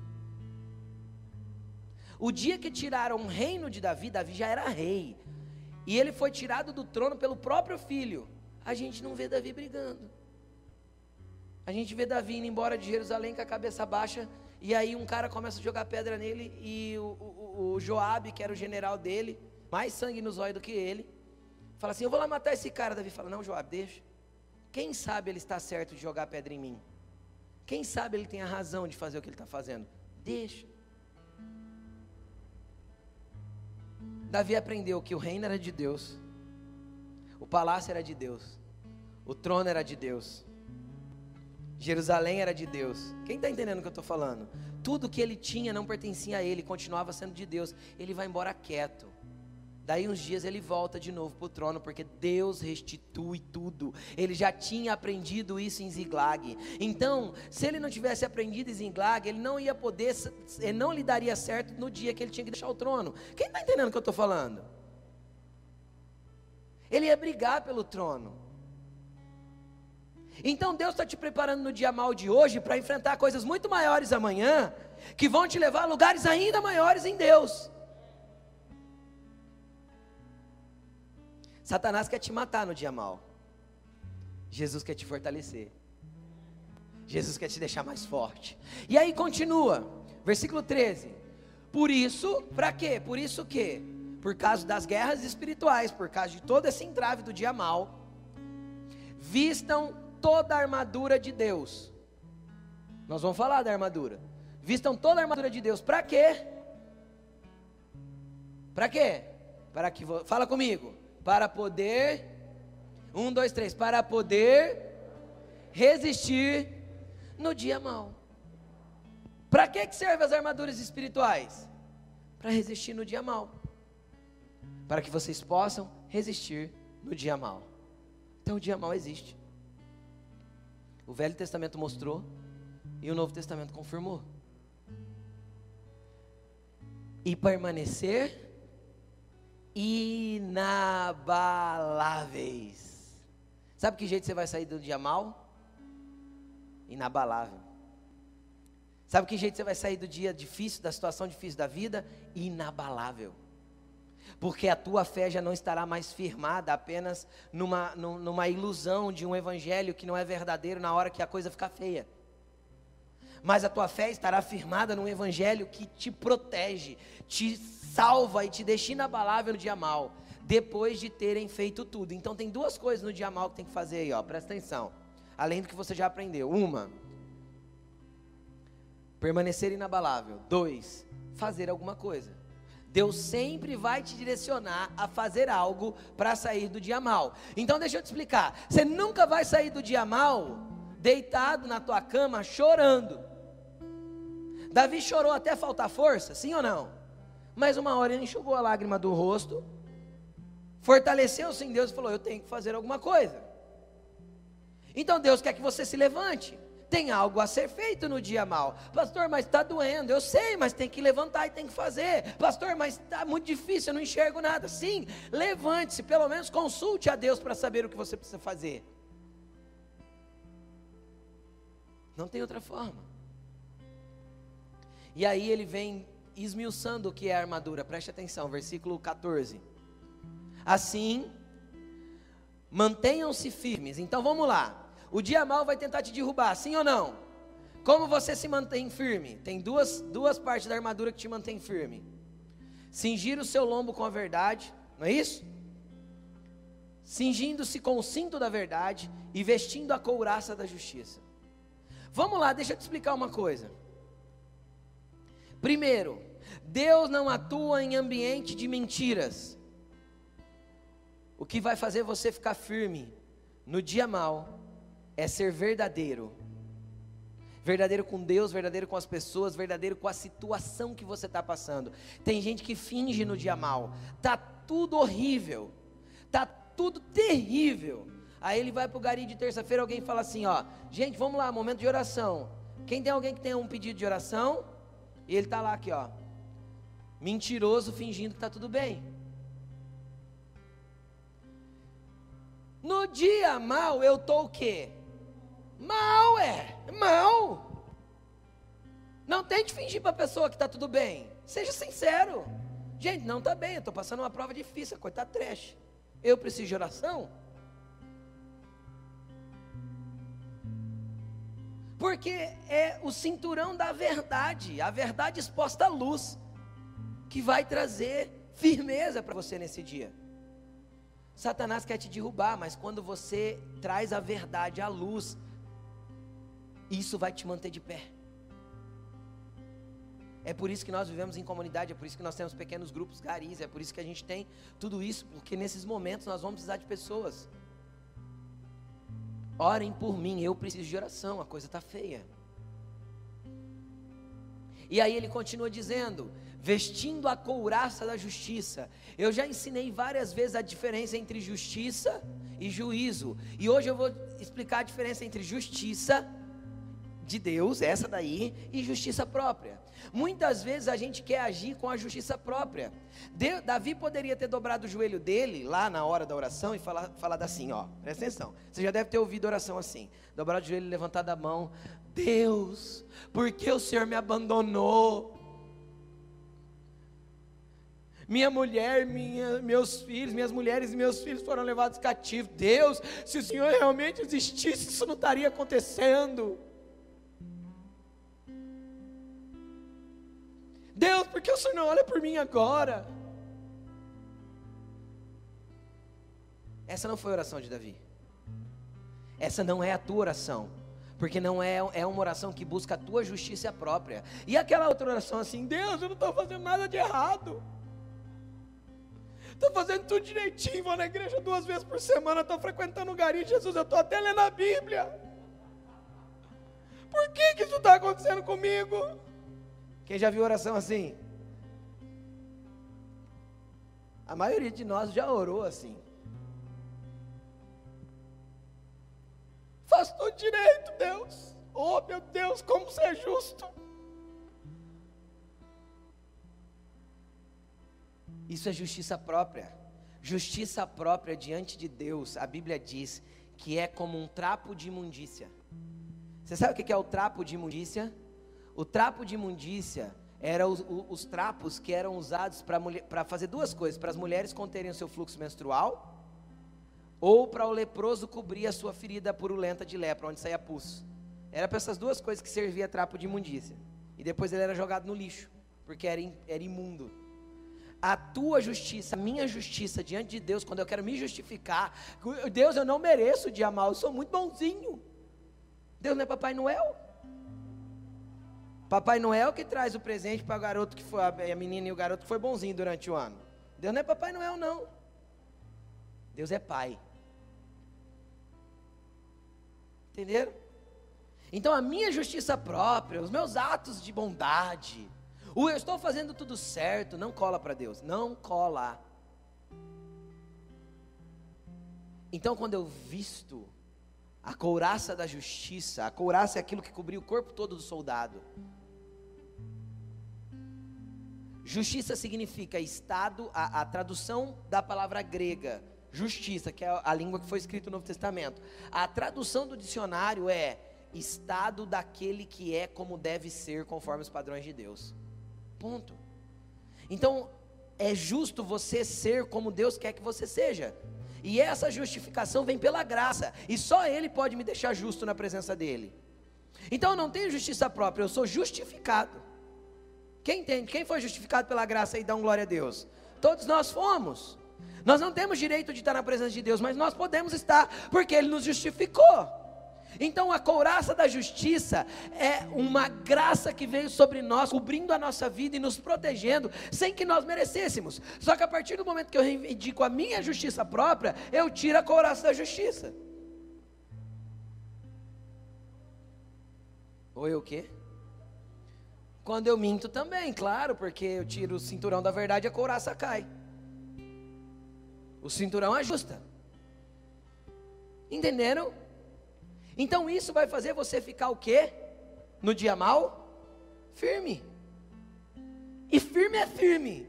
O dia que tiraram o reino de Davi, Davi já era rei, e ele foi tirado do trono pelo próprio filho. A gente não vê Davi brigando. A gente vê Davi indo embora de Jerusalém com a cabeça baixa, e aí um cara começa a jogar pedra nele, e o Joabe, que era o general dele, mais sangue nos olhos do que ele, fala assim: eu vou lá matar esse cara. Davi fala: não, Joabe, deixa. Quem sabe ele está certo de jogar pedra em mim? Quem sabe ele tem a razão de fazer o que ele está fazendo? Deixa. Davi aprendeu que o reino era de Deus, o palácio era de Deus, o trono era de Deus, Jerusalém era de Deus. Quem está entendendo o que eu estou falando? Tudo que ele tinha não pertencia a ele, continuava sendo de Deus. Ele vai embora quieto. Daí uns dias ele volta de novo para o trono, porque Deus restitui tudo. Ele já tinha aprendido isso em Ziklag. Então, se ele não tivesse aprendido em Ziklag, ele não ia poder, ele não lhe daria certo no dia que ele tinha que deixar o trono. Quem está entendendo o que eu estou falando? Ele ia brigar pelo trono. Então Deus está te preparando no dia mau de hoje para enfrentar coisas muito maiores amanhã, que vão te levar a lugares ainda maiores em Deus. Satanás quer te matar no dia mau. Jesus quer te fortalecer. Jesus quer te deixar mais forte. E aí continua, versículo 13. Por isso, para quê? Por isso que, por causa das guerras espirituais, por causa de todo esse entrave do dia mau, vistam toda a armadura de Deus. Nós vamos falar da armadura. Vistam toda a armadura de Deus. Para quê? Para quê? Para que, fala comigo. Para poder, 1, 2, 3, para poder resistir no dia mau. Para que servem as armaduras espirituais? Para resistir no dia mau. Para que vocês possam resistir no dia mau. Então o dia mau existe. O Velho Testamento mostrou e o Novo Testamento confirmou. E permanecer inabaláveis. Sabe que jeito você vai sair do dia mau? Inabalável. Sabe que jeito você vai sair do dia difícil, da situação difícil da vida? Inabalável. Porque a tua fé já não estará mais firmada apenas numa ilusão de um evangelho que não é verdadeiro na hora que a coisa ficar feia. Mas a tua fé estará firmada num evangelho que te protege, te salva e te deixa inabalável no dia mau, depois de terem feito tudo. Então tem duas coisas no dia mau que tem que fazer aí, ó, presta atenção, além do que você já aprendeu. 1, permanecer inabalável. 2, fazer alguma coisa. Deus sempre vai te direcionar a fazer algo para sair do dia mau. Então deixa eu te explicar, você nunca vai sair do dia mau deitado na tua cama chorando. Davi chorou até faltar força, sim ou não? Mas uma hora ele enxugou a lágrima do rosto, fortaleceu-se em Deus e falou: eu tenho que fazer alguma coisa. Então Deus quer que você se levante. Tem algo a ser feito no dia mau. Pastor, mas está doendo. Eu sei, mas tem que levantar e tem que fazer. Pastor, mas está muito difícil, eu não enxergo nada. Sim, levante-se, pelo menos consulte a Deus para saber o que você precisa fazer. Não tem outra forma. E aí ele vem esmiuçando o que é a armadura. Preste atenção, versículo 14. Assim, mantenham-se firmes. Então vamos lá. O dia mau vai tentar te derrubar, sim ou não? Como você se mantém firme? Tem duas partes da armadura que te mantém firme. Cingir o seu lombo com a verdade, não é isso? Cingindo-se com o cinto da verdade e vestindo a couraça da justiça. Vamos lá, deixa eu te explicar uma coisa. Primeiro, Deus não atua em ambiente de mentiras. O que vai fazer você ficar firme no dia mau é ser verdadeiro. Verdadeiro com Deus, verdadeiro com as pessoas, verdadeiro com a situação que você está passando. Tem gente que finge no dia mau. Está tudo horrível. Está tudo terrível. Aí ele vai para o gari de terça-feira, alguém fala assim, ó, gente, vamos lá, momento de oração. Quem tem alguém que tem um pedido de oração? E ele está lá aqui, ó, mentiroso, fingindo que está tudo bem. No dia mau eu estou o quê? Mal. Não tente fingir para a pessoa que está tudo bem. Seja sincero. Gente, não está bem, eu estou passando uma prova difícil, a coisa está trash. Eu preciso de oração? Porque é o cinturão da verdade, a verdade exposta à luz, que vai trazer firmeza para você nesse dia. Satanás quer te derrubar, mas quando você traz a verdade à luz, isso vai te manter de pé. É por isso que nós vivemos em comunidade, é por isso que nós temos pequenos grupos garis, é por isso que a gente tem tudo isso, porque nesses momentos nós vamos precisar de pessoas. Orem por mim, eu preciso de oração, a coisa está feia. E aí ele continua dizendo, vestindo a couraça da justiça. Eu já ensinei várias vezes a diferença entre justiça e juízo. E hoje eu vou explicar a diferença entre justiça de Deus, essa daí, e justiça própria. Muitas vezes a gente quer agir com a justiça própria. Davi poderia ter dobrado o joelho dele, lá na hora da oração, e falado assim, ó, presta atenção, você já deve ter ouvido oração assim, dobrado o joelho, levantado a mão, Deus, por que o Senhor me abandonou? Minha mulher, meus filhos, minhas mulheres e meus filhos foram levados cativos. Deus, se o Senhor realmente existisse, isso não estaria acontecendo. Deus, por que o Senhor não olha por mim agora? Essa não foi a oração de Davi. Essa não é a tua oração. Porque não é uma oração que busca a tua justiça própria. E aquela outra oração assim, Deus, eu não estou fazendo nada de errado. Estou fazendo tudo direitinho, vou na igreja 2 vezes por semana, estou frequentando o gari, Jesus, eu estou até lendo a Bíblia. Por que isso está acontecendo comigo? Quem já viu oração assim? A maioria de nós já orou assim. Faz tudo direito, Deus. Oh, meu Deus, como você é justo. Isso é justiça própria. Justiça própria diante de Deus, a Bíblia diz que é como um trapo de imundícia. Você sabe o que é o trapo de imundícia? O trapo de imundícia eram os trapos que eram usados para fazer 2 coisas: para as mulheres conterem o seu fluxo menstrual, ou para o leproso cobrir a sua ferida purulenta de lepra, onde saía pus. Era para essas 2 coisas que servia trapo de imundícia. E depois ele era jogado no lixo, porque era imundo. A tua justiça, a minha justiça diante de Deus, quando eu quero me justificar, Deus, eu não mereço o dia mau, eu sou muito bonzinho. Deus não é Papai Noel? Papai Noel que traz o presente para o garoto que foi, a menina e o garoto que foi bonzinho durante o ano. Deus não é Papai Noel não. Deus é Pai. Entenderam? Então a minha justiça própria, os meus atos de bondade, eu estou fazendo tudo certo, não cola para Deus, não cola. Então quando eu visto a couraça da justiça, a couraça é aquilo que cobria o corpo todo do soldado. Justiça significa estado, a tradução da palavra grega, justiça, que é a língua que foi escrita no Novo Testamento. A tradução do dicionário é estado daquele que é como deve ser, conforme os padrões de Deus. Ponto. Então, é justo você ser como Deus quer que você seja. E essa justificação vem pela graça. E só Ele pode me deixar justo na presença dEle. Então eu não tenho justiça própria, eu sou justificado. Quem entende? Quem foi justificado pela graça e dá um glória a Deus? Todos nós fomos. Nós não temos direito de estar na presença de Deus, mas nós podemos estar, porque Ele nos justificou. Então a couraça da justiça é uma graça que veio sobre nós, cobrindo a nossa vida e nos protegendo, sem que nós merecêssemos. Só que a partir do momento que eu reivindico a minha justiça própria, eu tiro a couraça da justiça. Ou eu o quê? Quando eu minto também, claro, porque eu tiro o cinturão da verdade, a couraça cai. O cinturão ajusta. Entenderam? Então isso vai fazer você ficar o quê? No dia mau? Firme. E firme é firme.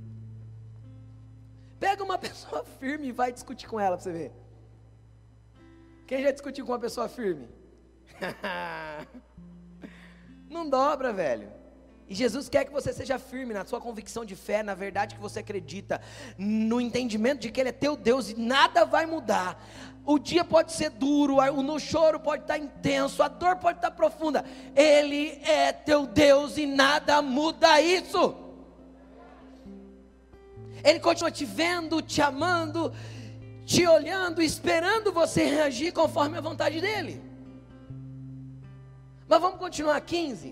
Pega uma pessoa firme e vai discutir com ela para você ver. Quem já discutiu com uma pessoa firme? Não dobra, velho. E Jesus quer que você seja firme na sua convicção de fé, na verdade que você acredita, no entendimento de que Ele é teu Deus e nada vai mudar. O dia pode ser duro, o choro pode estar intenso, a dor pode estar profunda. Ele é teu Deus e nada muda isso. Ele continua te vendo, te amando, te olhando, esperando você reagir conforme a vontade dEle. Mas vamos continuar 15.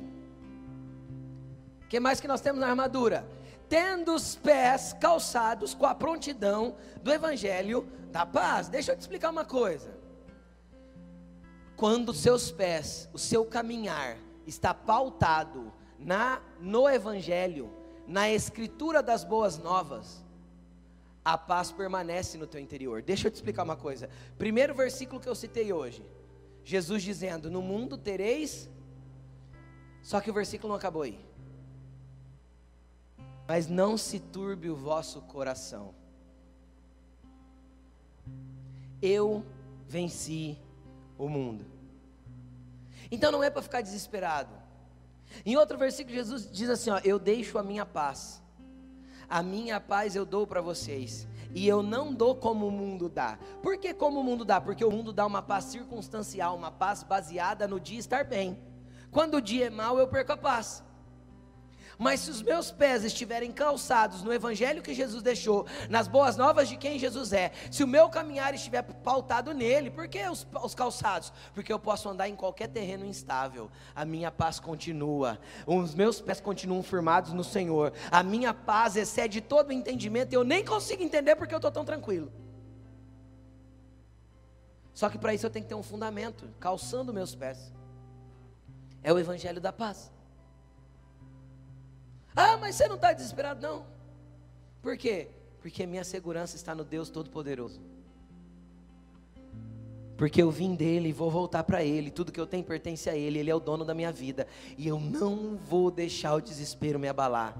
O que mais que nós temos na armadura? Tendo os pés calçados com a prontidão do Evangelho da paz. Deixa eu te explicar uma coisa. Quando os seus pés, o seu caminhar está pautado no Evangelho, na escritura das boas novas, a paz permanece no teu interior. Deixa eu te explicar uma coisa. Primeiro versículo que eu citei hoje, Jesus dizendo, no mundo tereis, só que o versículo não acabou aí. Mas não se turbe o vosso coração. Eu venci o mundo. Então não é para ficar desesperado. Em outro versículo Jesus diz assim, ó, eu deixo a minha paz eu dou para vocês, e eu não dou como o mundo dá. Por que como o mundo dá? Porque o mundo dá uma paz circunstancial, uma paz baseada no dia estar bem. Quando o dia é mau, eu perco a paz. Mas se os meus pés estiverem calçados no Evangelho que Jesus deixou, nas boas novas de quem Jesus é, se o meu caminhar estiver pautado nele, por que os calçados? Porque eu posso andar em qualquer terreno instável, a minha paz continua, os meus pés continuam firmados no Senhor, a minha paz excede todo o entendimento, eu nem consigo entender porque eu estou tão tranquilo. Só que para isso eu tenho que ter um fundamento, calçando meus pés, é o Evangelho da paz. Ah, mas você não está desesperado? Não. Por quê? Porque minha segurança está no Deus Todo-Poderoso. Porque eu vim dEle e vou voltar para Ele. Tudo que eu tenho pertence a Ele. Ele é o dono da minha vida. E eu não vou deixar o desespero me abalar.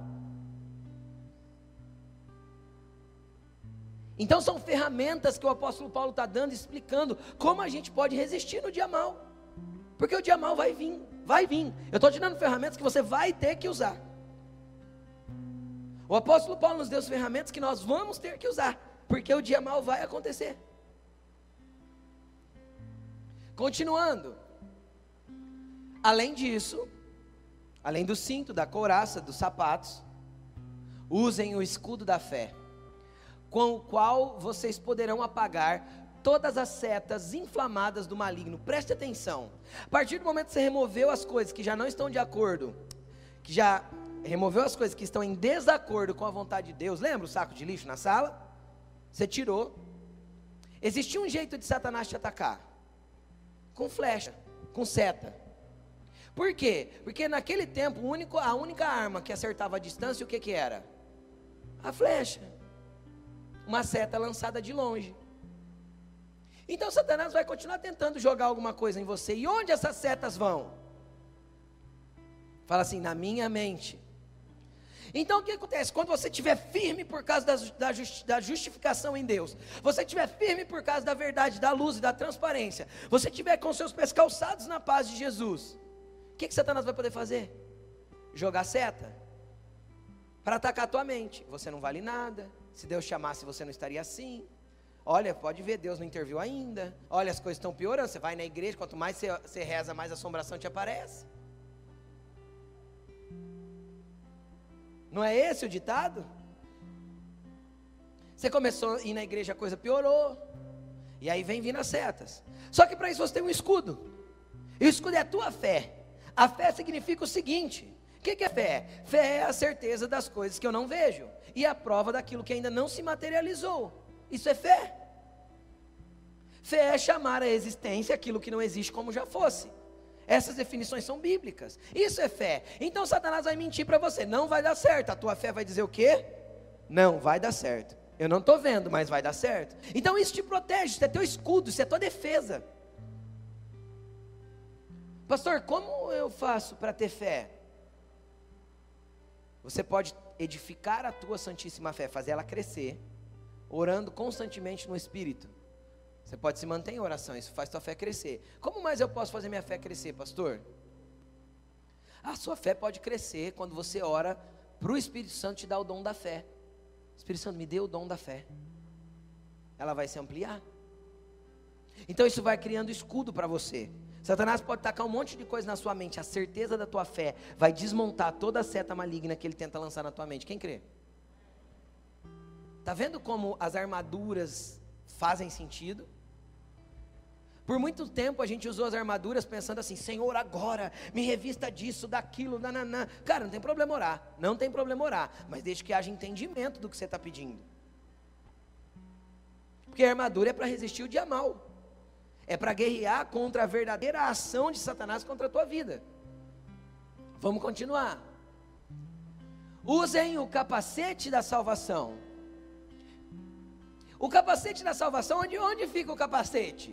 Então são ferramentas que o apóstolo Paulo está dando, explicando como a gente pode resistir no dia mau. Porque o dia mau vai vir, vai vir. Eu estou te dando ferramentas que você vai ter que usar. O apóstolo Paulo nos deu as ferramentas que nós vamos ter que usar, porque o dia mau vai acontecer. Continuando, além disso, além do cinto, da couraça, dos sapatos, usem o escudo da fé, com o qual vocês poderão apagar todas as setas inflamadas do maligno. Preste atenção, a partir do momento que você removeu as coisas que já não estão de acordo, que já removeu as coisas que estão em desacordo com a vontade de Deus, lembra o saco de lixo na sala? Você tirou. Existia um jeito de Satanás te atacar, com flecha, com seta. Por quê? Porque naquele tempo a única arma que acertava a distância, o que era? A flecha, uma seta lançada de longe. Então Satanás vai continuar tentando jogar alguma coisa em você. E onde essas setas vão? Fala assim, na minha mente. Então o que acontece? Quando você estiver firme por causa da justificação em Deus, você estiver firme por causa da verdade, da luz e da transparência, você estiver com seus pés calçados na paz de Jesus, o que Satanás vai poder fazer? Jogar seta para atacar a tua mente. Você não vale nada, se Deus chamasse você não estaria assim. Olha, pode ver, Deus não interviu ainda. Olha, as coisas estão piorando, você vai na igreja, quanto mais você reza, mais assombração te aparece. Não é esse o ditado? Você começou a ir na igreja, a coisa piorou. E aí vem vindo as setas. Só que para isso você tem um escudo. E o escudo é a tua fé. A fé significa o seguinte: o que é fé? Fé é a certeza das coisas que eu não vejo e a prova daquilo que ainda não se materializou. Isso é fé. Fé é chamar à existência aquilo que não existe como já fosse. Essas definições são bíblicas. Isso é fé. Então Satanás vai mentir para você: não vai dar certo. A tua fé vai dizer o quê? Não vai dar certo. Eu não estou vendo, mas vai dar certo. Então isso te protege, isso é teu escudo, isso é tua defesa. Pastor, como eu faço para ter fé? Você pode edificar a tua santíssima fé, fazer ela crescer, orando constantemente no Espírito. Você pode se manter em oração, isso faz tua fé crescer. Como mais eu posso fazer minha fé crescer, pastor? A sua fé pode crescer quando você ora para o Espírito Santo te dar o dom da fé. Espírito Santo, me dê o dom da fé. Ela vai se ampliar. Então isso vai criando escudo para você. Satanás pode tacar um monte de coisa na sua mente. A certeza da tua fé vai desmontar toda a seta maligna que ele tenta lançar na tua mente. Quem crê? Está vendo como as armaduras fazem sentido? Por muito tempo a gente usou as armaduras pensando assim: Senhor, agora me revista disso, daquilo, nananã. Cara, não tem problema orar, não tem problema orar, mas desde que haja entendimento do que você está pedindo. Porque a armadura é para resistir o dia mal, é para guerrear contra a verdadeira ação de Satanás contra a tua vida. Vamos continuar. Usem o capacete da salvação. O capacete da salvação, onde fica o capacete?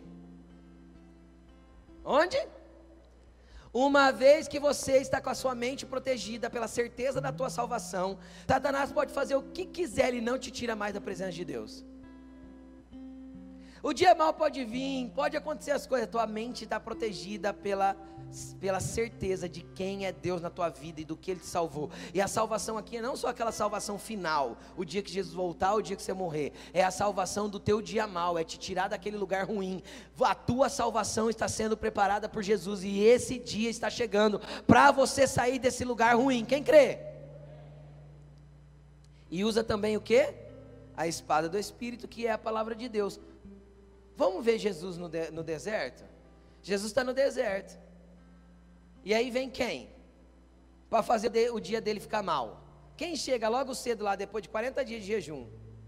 Onde? Uma vez que você está com a sua mente protegida pela certeza da tua salvação, Satanás pode fazer o que quiser, ele não te tira mais da presença de Deus. O dia mal pode vir, pode acontecer as coisas, tua mente está protegida pela certeza de quem é Deus na tua vida e do que Ele te salvou. E a salvação aqui é não só aquela salvação final, o dia que Jesus voltar, o dia que você morrer, é a salvação do teu dia mal, é te tirar daquele lugar ruim. A tua salvação está sendo preparada por Jesus e esse dia está chegando para você sair desse lugar ruim. Quem crê? E usa também o que? A espada do Espírito, que é a palavra de Deus. Vamos ver Jesus no deserto? Jesus está no deserto. E aí vem quem? Para fazer o dia dele ficar mal. Quem chega logo cedo lá, depois de 40 dias de jejum?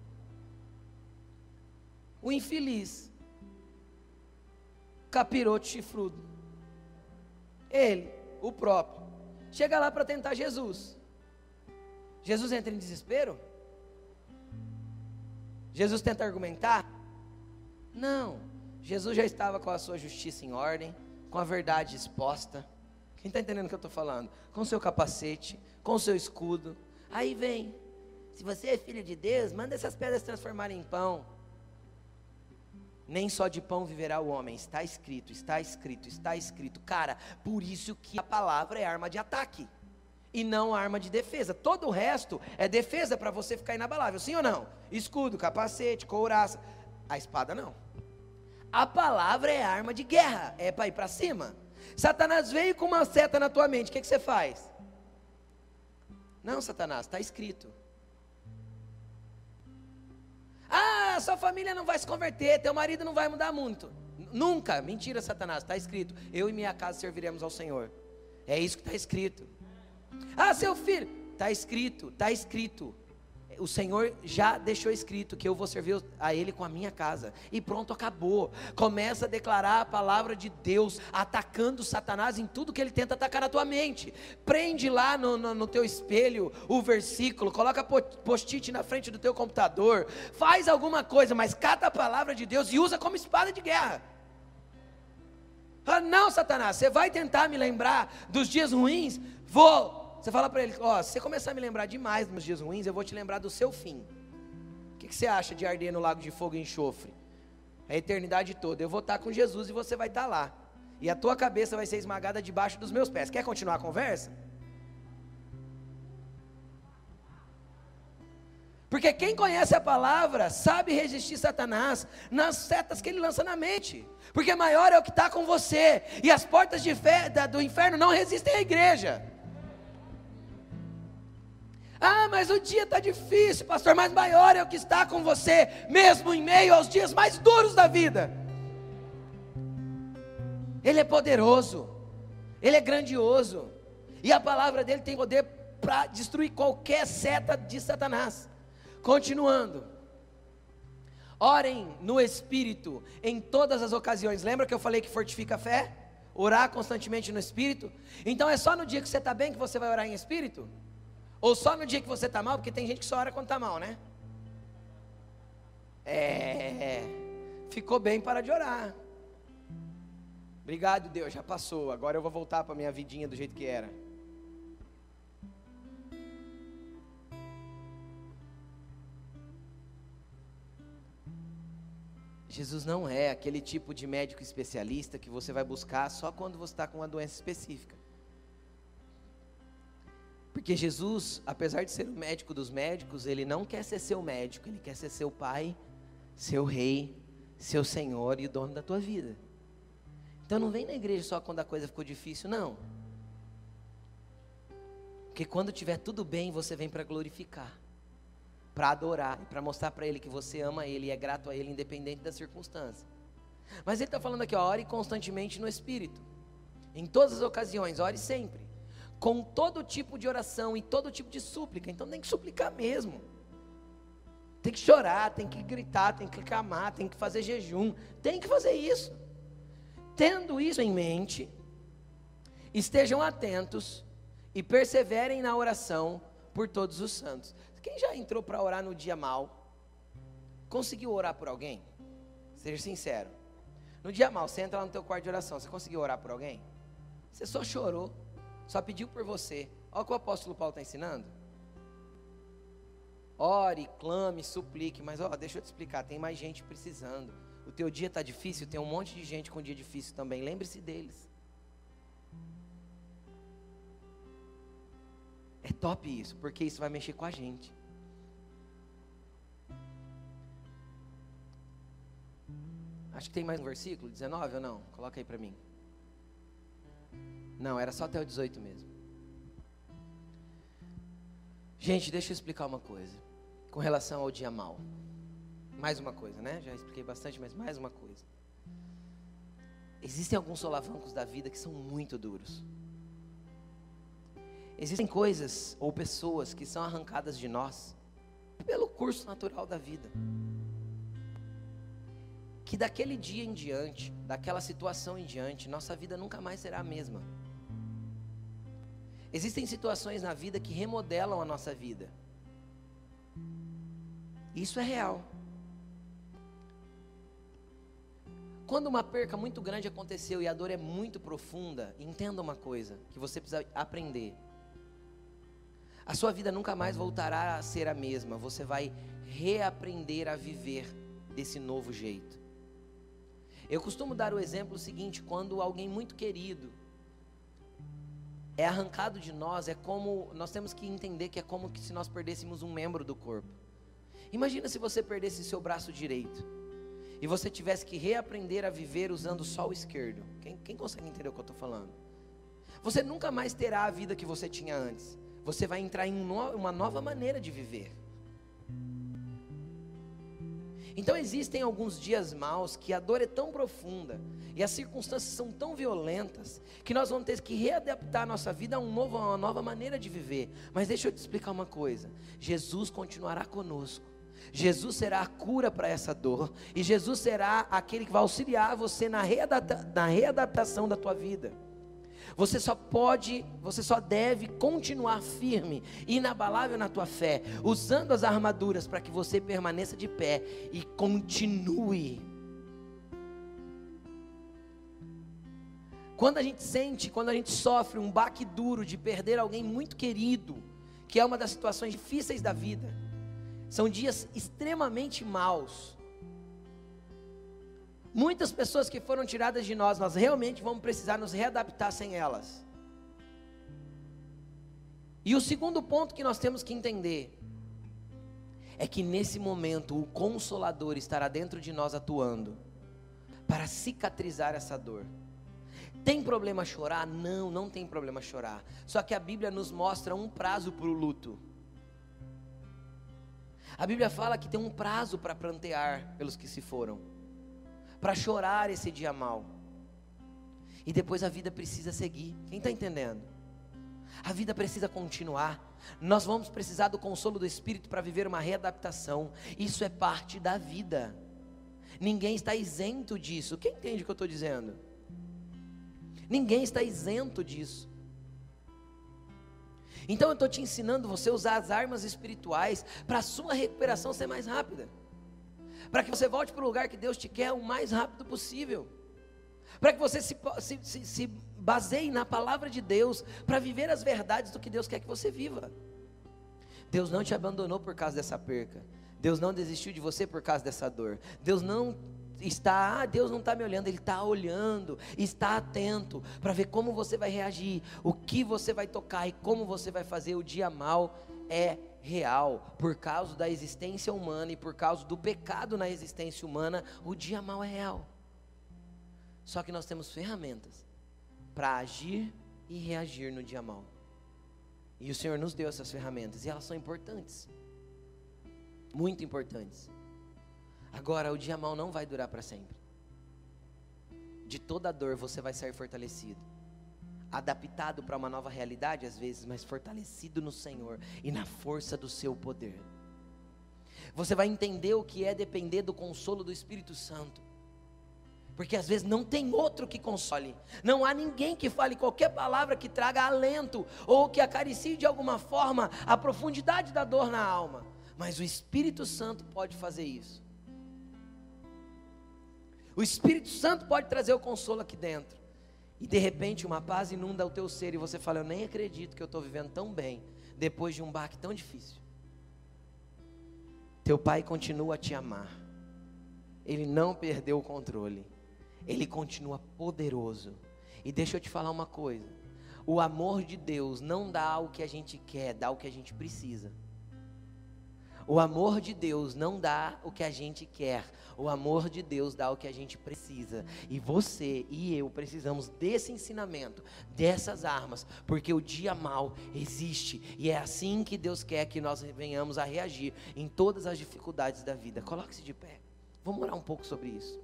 O infeliz. Capiroto chifrudo. Ele, o próprio. Chega lá para tentar Jesus. Jesus entra em desespero? Jesus tenta argumentar? Não, Jesus já estava com a sua justiça em ordem, com a verdade exposta. Quem está entendendo o que eu estou falando? Com o seu capacete, com o seu escudo. Aí vem: se você é filho de Deus, manda essas pedras se transformarem em pão. Nem só de pão viverá o homem, está escrito, está escrito, está escrito. Cara, por isso que a palavra é arma de ataque e não arma de defesa. Todo o resto é defesa para você ficar inabalável, sim ou não? Escudo, capacete, couraça. A espada não. A palavra é arma de guerra, é para ir para cima. Satanás veio com uma seta na tua mente, o que você faz? Não, Satanás, está escrito. Ah, sua família não vai se converter, teu marido não vai mudar muito. Nunca, mentira, Satanás, está escrito: eu e minha casa serviremos ao Senhor. É isso que está escrito. Ah, seu filho, está escrito, está escrito. O Senhor já deixou escrito que eu vou servir a Ele com a minha casa. E pronto, acabou. Começa a declarar a palavra de Deus, atacando Satanás em tudo que ele tenta atacar na tua mente. Prende lá no teu espelho o versículo, coloca post-it na frente do teu computador, faz alguma coisa, mas cata a palavra de Deus e usa como espada de guerra. Ah, não, Satanás, você vai tentar me lembrar dos dias ruins? Vou. Você fala para ele: ó, se você começar a me lembrar demais nos dias ruins, eu vou te lembrar do seu fim. O que você acha de arder no lago de fogo e enxofre? A eternidade toda. Eu vou estar com Jesus e você vai estar lá. E a tua cabeça vai ser esmagada debaixo dos meus pés. Quer continuar a conversa? Porque quem conhece a palavra sabe resistir Satanás nas setas que ele lança na mente. Porque maior é o que está com você. E as portas do inferno não resistem à igreja. Ah, mas o dia está difícil, pastor, mas maior é o que está com você, mesmo em meio aos dias mais duros da vida. Ele é poderoso, Ele é grandioso, e a palavra dele tem poder para destruir qualquer seta de Satanás. Continuando, orem no Espírito em todas as ocasiões. Lembra que eu falei que fortifica a fé? Orar constantemente no Espírito. Então é só no dia que você está bem que você vai orar em Espírito? Ou só no dia que você está mal? Porque tem gente que só ora quando está mal, né? Ficou bem, para de orar. Obrigado, Deus, já passou. Agora eu vou voltar para a minha vidinha do jeito que era. Jesus não é aquele tipo de médico especialista que você vai buscar só quando você está com uma doença específica. Porque Jesus, apesar de ser o médico dos médicos, Ele não quer ser seu médico, Ele quer ser seu pai, seu rei, seu Senhor e o dono da tua vida. Então não vem na igreja só quando a coisa ficou difícil, não. Porque quando tiver tudo bem, você vem para glorificar, para adorar, para mostrar para Ele que você ama Ele e é grato a Ele independente da circunstância. Mas Ele está falando aqui, ó, ore constantemente no Espírito, em todas as ocasiões, ore sempre, com todo tipo de oração e todo tipo de súplica. Então tem que suplicar mesmo, tem que chorar, tem que gritar, tem que clamar, tem que fazer jejum, tem que fazer isso. Tendo isso em mente, estejam atentos e perseverem na oração por todos os santos. Quem já entrou para orar no dia mal, conseguiu orar por alguém? Seja sincero. No dia mal, você entra lá no teu quarto de oração, você conseguiu orar por alguém? Você só chorou, só pediu por você. Olha o que o apóstolo Paulo está ensinando. Ore, clame, suplique, mas deixa eu te explicar, tem mais gente precisando. O teu dia está difícil, tem um monte de gente com dia difícil também, lembre-se deles. É top isso, porque isso vai mexer com a gente. Acho que tem mais um versículo, 19 ou não? Coloca aí para mim. Não, era só até o 18 mesmo. Gente, deixa eu explicar uma coisa, com relação ao dia mal. Mais uma coisa, né? Já expliquei bastante, mas mais uma coisa. Existem alguns solavancos da vida que são muito duros. Existem coisas ou pessoas que são arrancadas de nós pelo curso natural da vida, que daquele dia em diante, daquela situação em diante, nossa vida nunca mais será a mesma. Existem situações na vida que remodelam a nossa vida. Isso é real. Quando uma perca muito grande aconteceu e a dor é muito profunda, entenda uma coisa que você precisa aprender. A sua vida nunca mais voltará a ser a mesma. Você vai reaprender a viver desse novo jeito. Eu costumo dar o exemplo seguinte: quando alguém muito querido é arrancado de nós, nós temos que entender que é como se nós perdêssemos um membro do corpo. Imagina se você perdesse seu braço direito e você tivesse que reaprender a viver usando só o esquerdo. Quem consegue entender o que eu estou falando? Você nunca mais terá a vida que você tinha antes. Você vai entrar em uma nova maneira de viver. Então existem alguns dias maus que a dor é tão profunda e as circunstâncias são tão violentas que nós vamos ter que readaptar a nossa vida a uma nova maneira de viver. Mas deixa eu te explicar uma coisa: Jesus continuará conosco. Jesus será a cura para essa dor, e Jesus será aquele que vai auxiliar você na readaptação da tua vida. Você só deve continuar firme, inabalável na tua fé, usando as armaduras para que você permaneça de pé e continue. Quando a gente sofre um baque duro de perder alguém muito querido, que é uma das situações difíceis da vida, são dias extremamente maus. Muitas pessoas que foram tiradas de nós realmente vamos precisar nos readaptar sem elas. E o segundo ponto que nós temos que entender é que nesse momento o Consolador estará dentro de nós atuando para cicatrizar essa dor. Tem problema chorar? Não, não tem problema chorar. Só que a Bíblia nos mostra um prazo para o luto. A Bíblia fala que tem um prazo para prantear pelos que se foram, para chorar esse dia mau. E depois a vida precisa seguir. Quem está entendendo? A vida precisa continuar. Nós vamos precisar do consolo do Espírito para viver uma readaptação. Isso é parte da vida. Ninguém está isento disso. Quem entende o que eu estou dizendo? Ninguém está isento disso. Então eu estou te ensinando você a usar as armas espirituais para a sua recuperação ser mais rápida. Para que você volte para o lugar que Deus te quer o mais rápido possível. Para que você se baseie na palavra de Deus para viver as verdades do que Deus quer que você viva. Deus não te abandonou por causa dessa perca. Deus não desistiu de você por causa dessa dor. Deus não está me olhando, Ele está olhando, está atento para ver como você vai reagir, o que você vai tocar e como você vai fazer. O dia mau é real, por causa da existência humana e por causa do pecado na existência humana, o dia mau é real. Só que nós temos ferramentas para agir e reagir no dia mau. E o Senhor nos deu essas ferramentas e elas são importantes, muito importantes. Agora, o dia mau não vai durar para sempre. De toda dor você vai ser fortalecido, adaptado para uma nova realidade às vezes, mas fortalecido no Senhor e na força do seu poder. Você vai entender o que é depender do consolo do Espírito Santo, porque às vezes não tem outro que console, não há ninguém que fale qualquer palavra que traga alento, ou que acaricie de alguma forma a profundidade da dor na alma, mas o Espírito Santo pode fazer isso. O Espírito Santo pode trazer o consolo aqui dentro, e de repente uma paz inunda o teu ser, e você fala: eu nem acredito que eu estou vivendo tão bem, depois de um baque tão difícil. Teu Pai continua a te amar, Ele não perdeu o controle, Ele continua poderoso. E deixa eu te falar uma coisa: o amor de Deus não dá o que a gente quer, dá o que a gente precisa. O amor de Deus não dá o que a gente quer, o amor de Deus dá o que a gente precisa. E você e eu precisamos desse ensinamento, dessas armas, porque o dia mau existe, e é assim que Deus quer que nós venhamos a reagir em todas as dificuldades da vida. Coloque-se de pé, vamos orar um pouco sobre isso.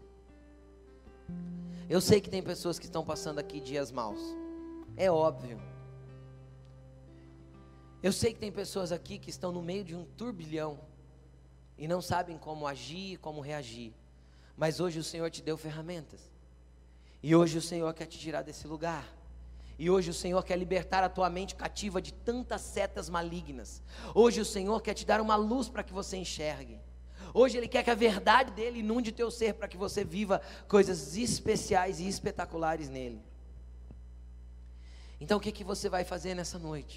Eu sei que tem pessoas que estão passando aqui dias maus, é óbvio. Eu sei que tem pessoas aqui que estão no meio de um turbilhão e não sabem como agir, como reagir. Mas hoje o Senhor te deu ferramentas. E hoje o Senhor quer te tirar desse lugar. E hoje o Senhor quer libertar a tua mente cativa de tantas setas malignas. Hoje o Senhor quer te dar uma luz para que você enxergue. Hoje Ele quer que a verdade dEle inunde o teu ser, para que você viva coisas especiais e espetaculares nele. Então o que você vai fazer nessa noite?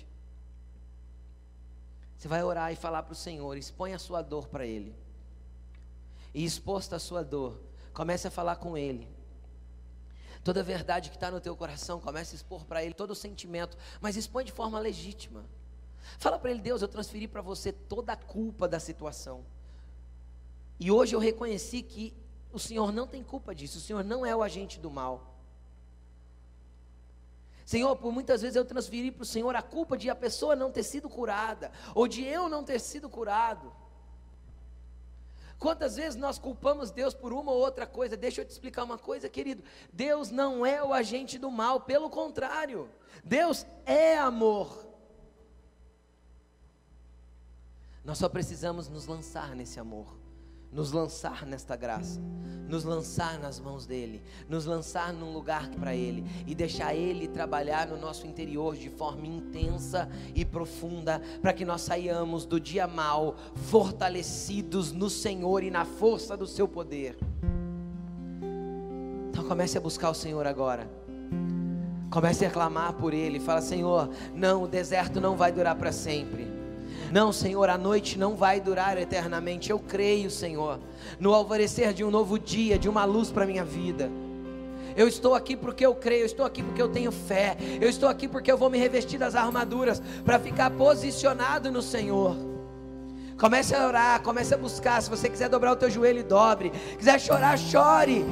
Você vai orar e falar para o Senhor, expõe a sua dor para Ele. E exposta a sua dor, comece a falar com Ele. Toda a verdade que está no teu coração, comece a expor para Ele todo o sentimento, mas expõe de forma legítima. Fala para Ele: Deus, eu transferi para você toda a culpa da situação. E hoje eu reconheci que o Senhor não tem culpa disso, o Senhor não é o agente do mal. Senhor, por muitas vezes eu transferi para o Senhor a culpa de a pessoa não ter sido curada, ou de eu não ter sido curado. Quantas vezes nós culpamos Deus por uma ou outra coisa? Deixa eu te explicar uma coisa, querido. Deus não é o agente do mal, pelo contrário, Deus é amor. Nós só precisamos nos lançar nesse amor, nos lançar nesta graça, nos lançar nas mãos dEle, nos lançar num lugar para Ele, e deixar Ele trabalhar no nosso interior de forma intensa e profunda, para que nós saiamos do dia mau, fortalecidos no Senhor e na força do seu poder. Então comece a buscar o Senhor agora, comece a clamar por Ele, fala: Senhor, não, o deserto não vai durar para sempre. Não, Senhor, a noite não vai durar eternamente. Eu creio, Senhor, no alvorecer de um novo dia, de uma luz para a minha vida. Eu estou aqui porque eu creio, eu estou aqui porque eu tenho fé, eu estou aqui porque eu vou me revestir das armaduras, para ficar posicionado no Senhor. Comece a orar, comece a buscar. Se você quiser dobrar o teu joelho, dobre. Quiser chorar, chore.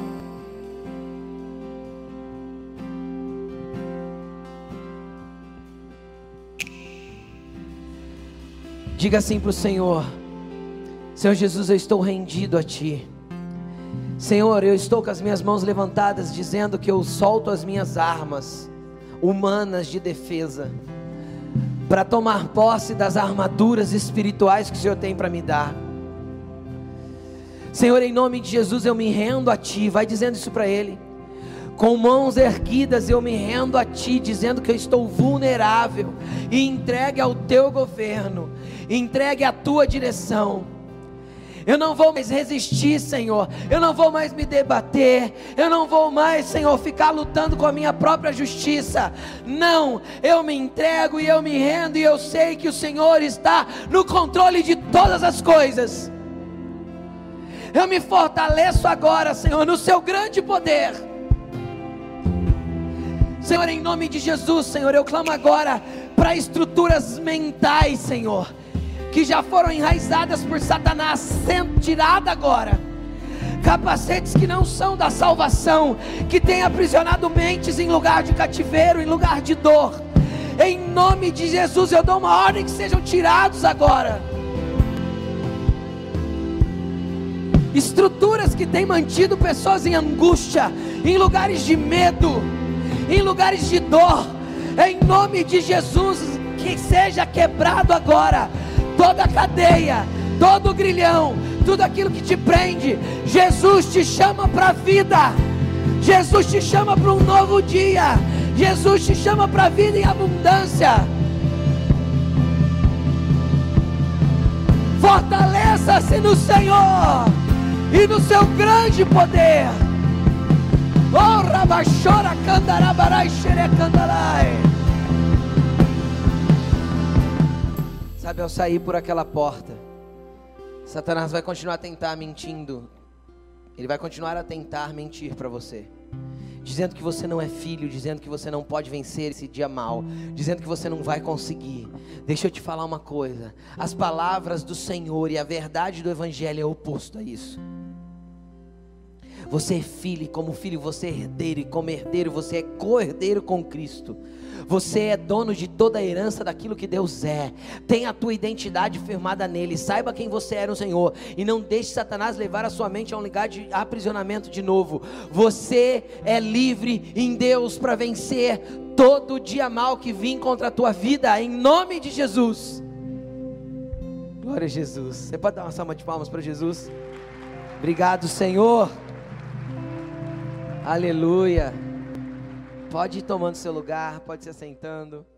Diga assim para o Senhor: Senhor Jesus, eu estou rendido a Ti. Senhor, eu estou com as minhas mãos levantadas, dizendo que eu solto as minhas armas humanas de defesa, para tomar posse das armaduras espirituais que o Senhor tem para me dar. Senhor, em nome de Jesus eu me rendo a Ti. Vai dizendo isso para Ele. Com mãos erguidas eu me rendo a Ti, dizendo que eu estou vulnerável e entregue ao Teu governo, entregue à Tua direção. Eu não vou mais resistir, Senhor. Eu não vou mais me debater. Eu não vou mais, Senhor, ficar lutando com a minha própria justiça. Não, eu me entrego e eu me rendo, e eu sei que o Senhor está no controle de todas as coisas. Eu me fortaleço agora, Senhor, no Seu grande poder. Senhor, em nome de Jesus, Senhor, eu clamo agora para estruturas mentais, Senhor, que já foram enraizadas por Satanás, sendo tirada agora. Capacetes que não são da salvação, que têm aprisionado mentes em lugar de cativeiro, em lugar de dor. Em nome de Jesus eu dou uma ordem que sejam tirados agora. Estruturas que têm mantido pessoas em angústia, em lugares de medo, em lugares de dor, em nome de Jesus, que seja quebrado agora toda a cadeia, todo o grilhão, tudo aquilo que te prende. Jesus te chama para a vida, Jesus te chama para um novo dia, Jesus te chama para a vida em abundância. Fortaleça-se no Senhor e no Seu grande poder. Oh, Rabachora Candarabarai Xerecandarai. Sabe, ao sair por aquela porta, Satanás vai continuar a tentar mentindo. Ele vai continuar a tentar mentir para você, dizendo que você não é filho, dizendo que você não pode vencer esse dia mal, dizendo que você não vai conseguir. Deixa eu te falar uma coisa: as palavras do Senhor e a verdade do Evangelho é oposto a isso. Você é filho, e como filho você é herdeiro, e como herdeiro você é co-herdeiro com Cristo. Você é dono de toda a herança daquilo que Deus é. Tenha a tua identidade firmada nele. Saiba quem você é no Senhor, e não deixe Satanás levar a sua mente a um lugar de aprisionamento de novo. Você é livre em Deus para vencer todo dia mal que vem contra a tua vida, em nome de Jesus. Glória a Jesus. Você pode dar uma salva de palmas para Jesus? Obrigado, Senhor. Aleluia. Pode ir tomando seu lugar, pode se assentando.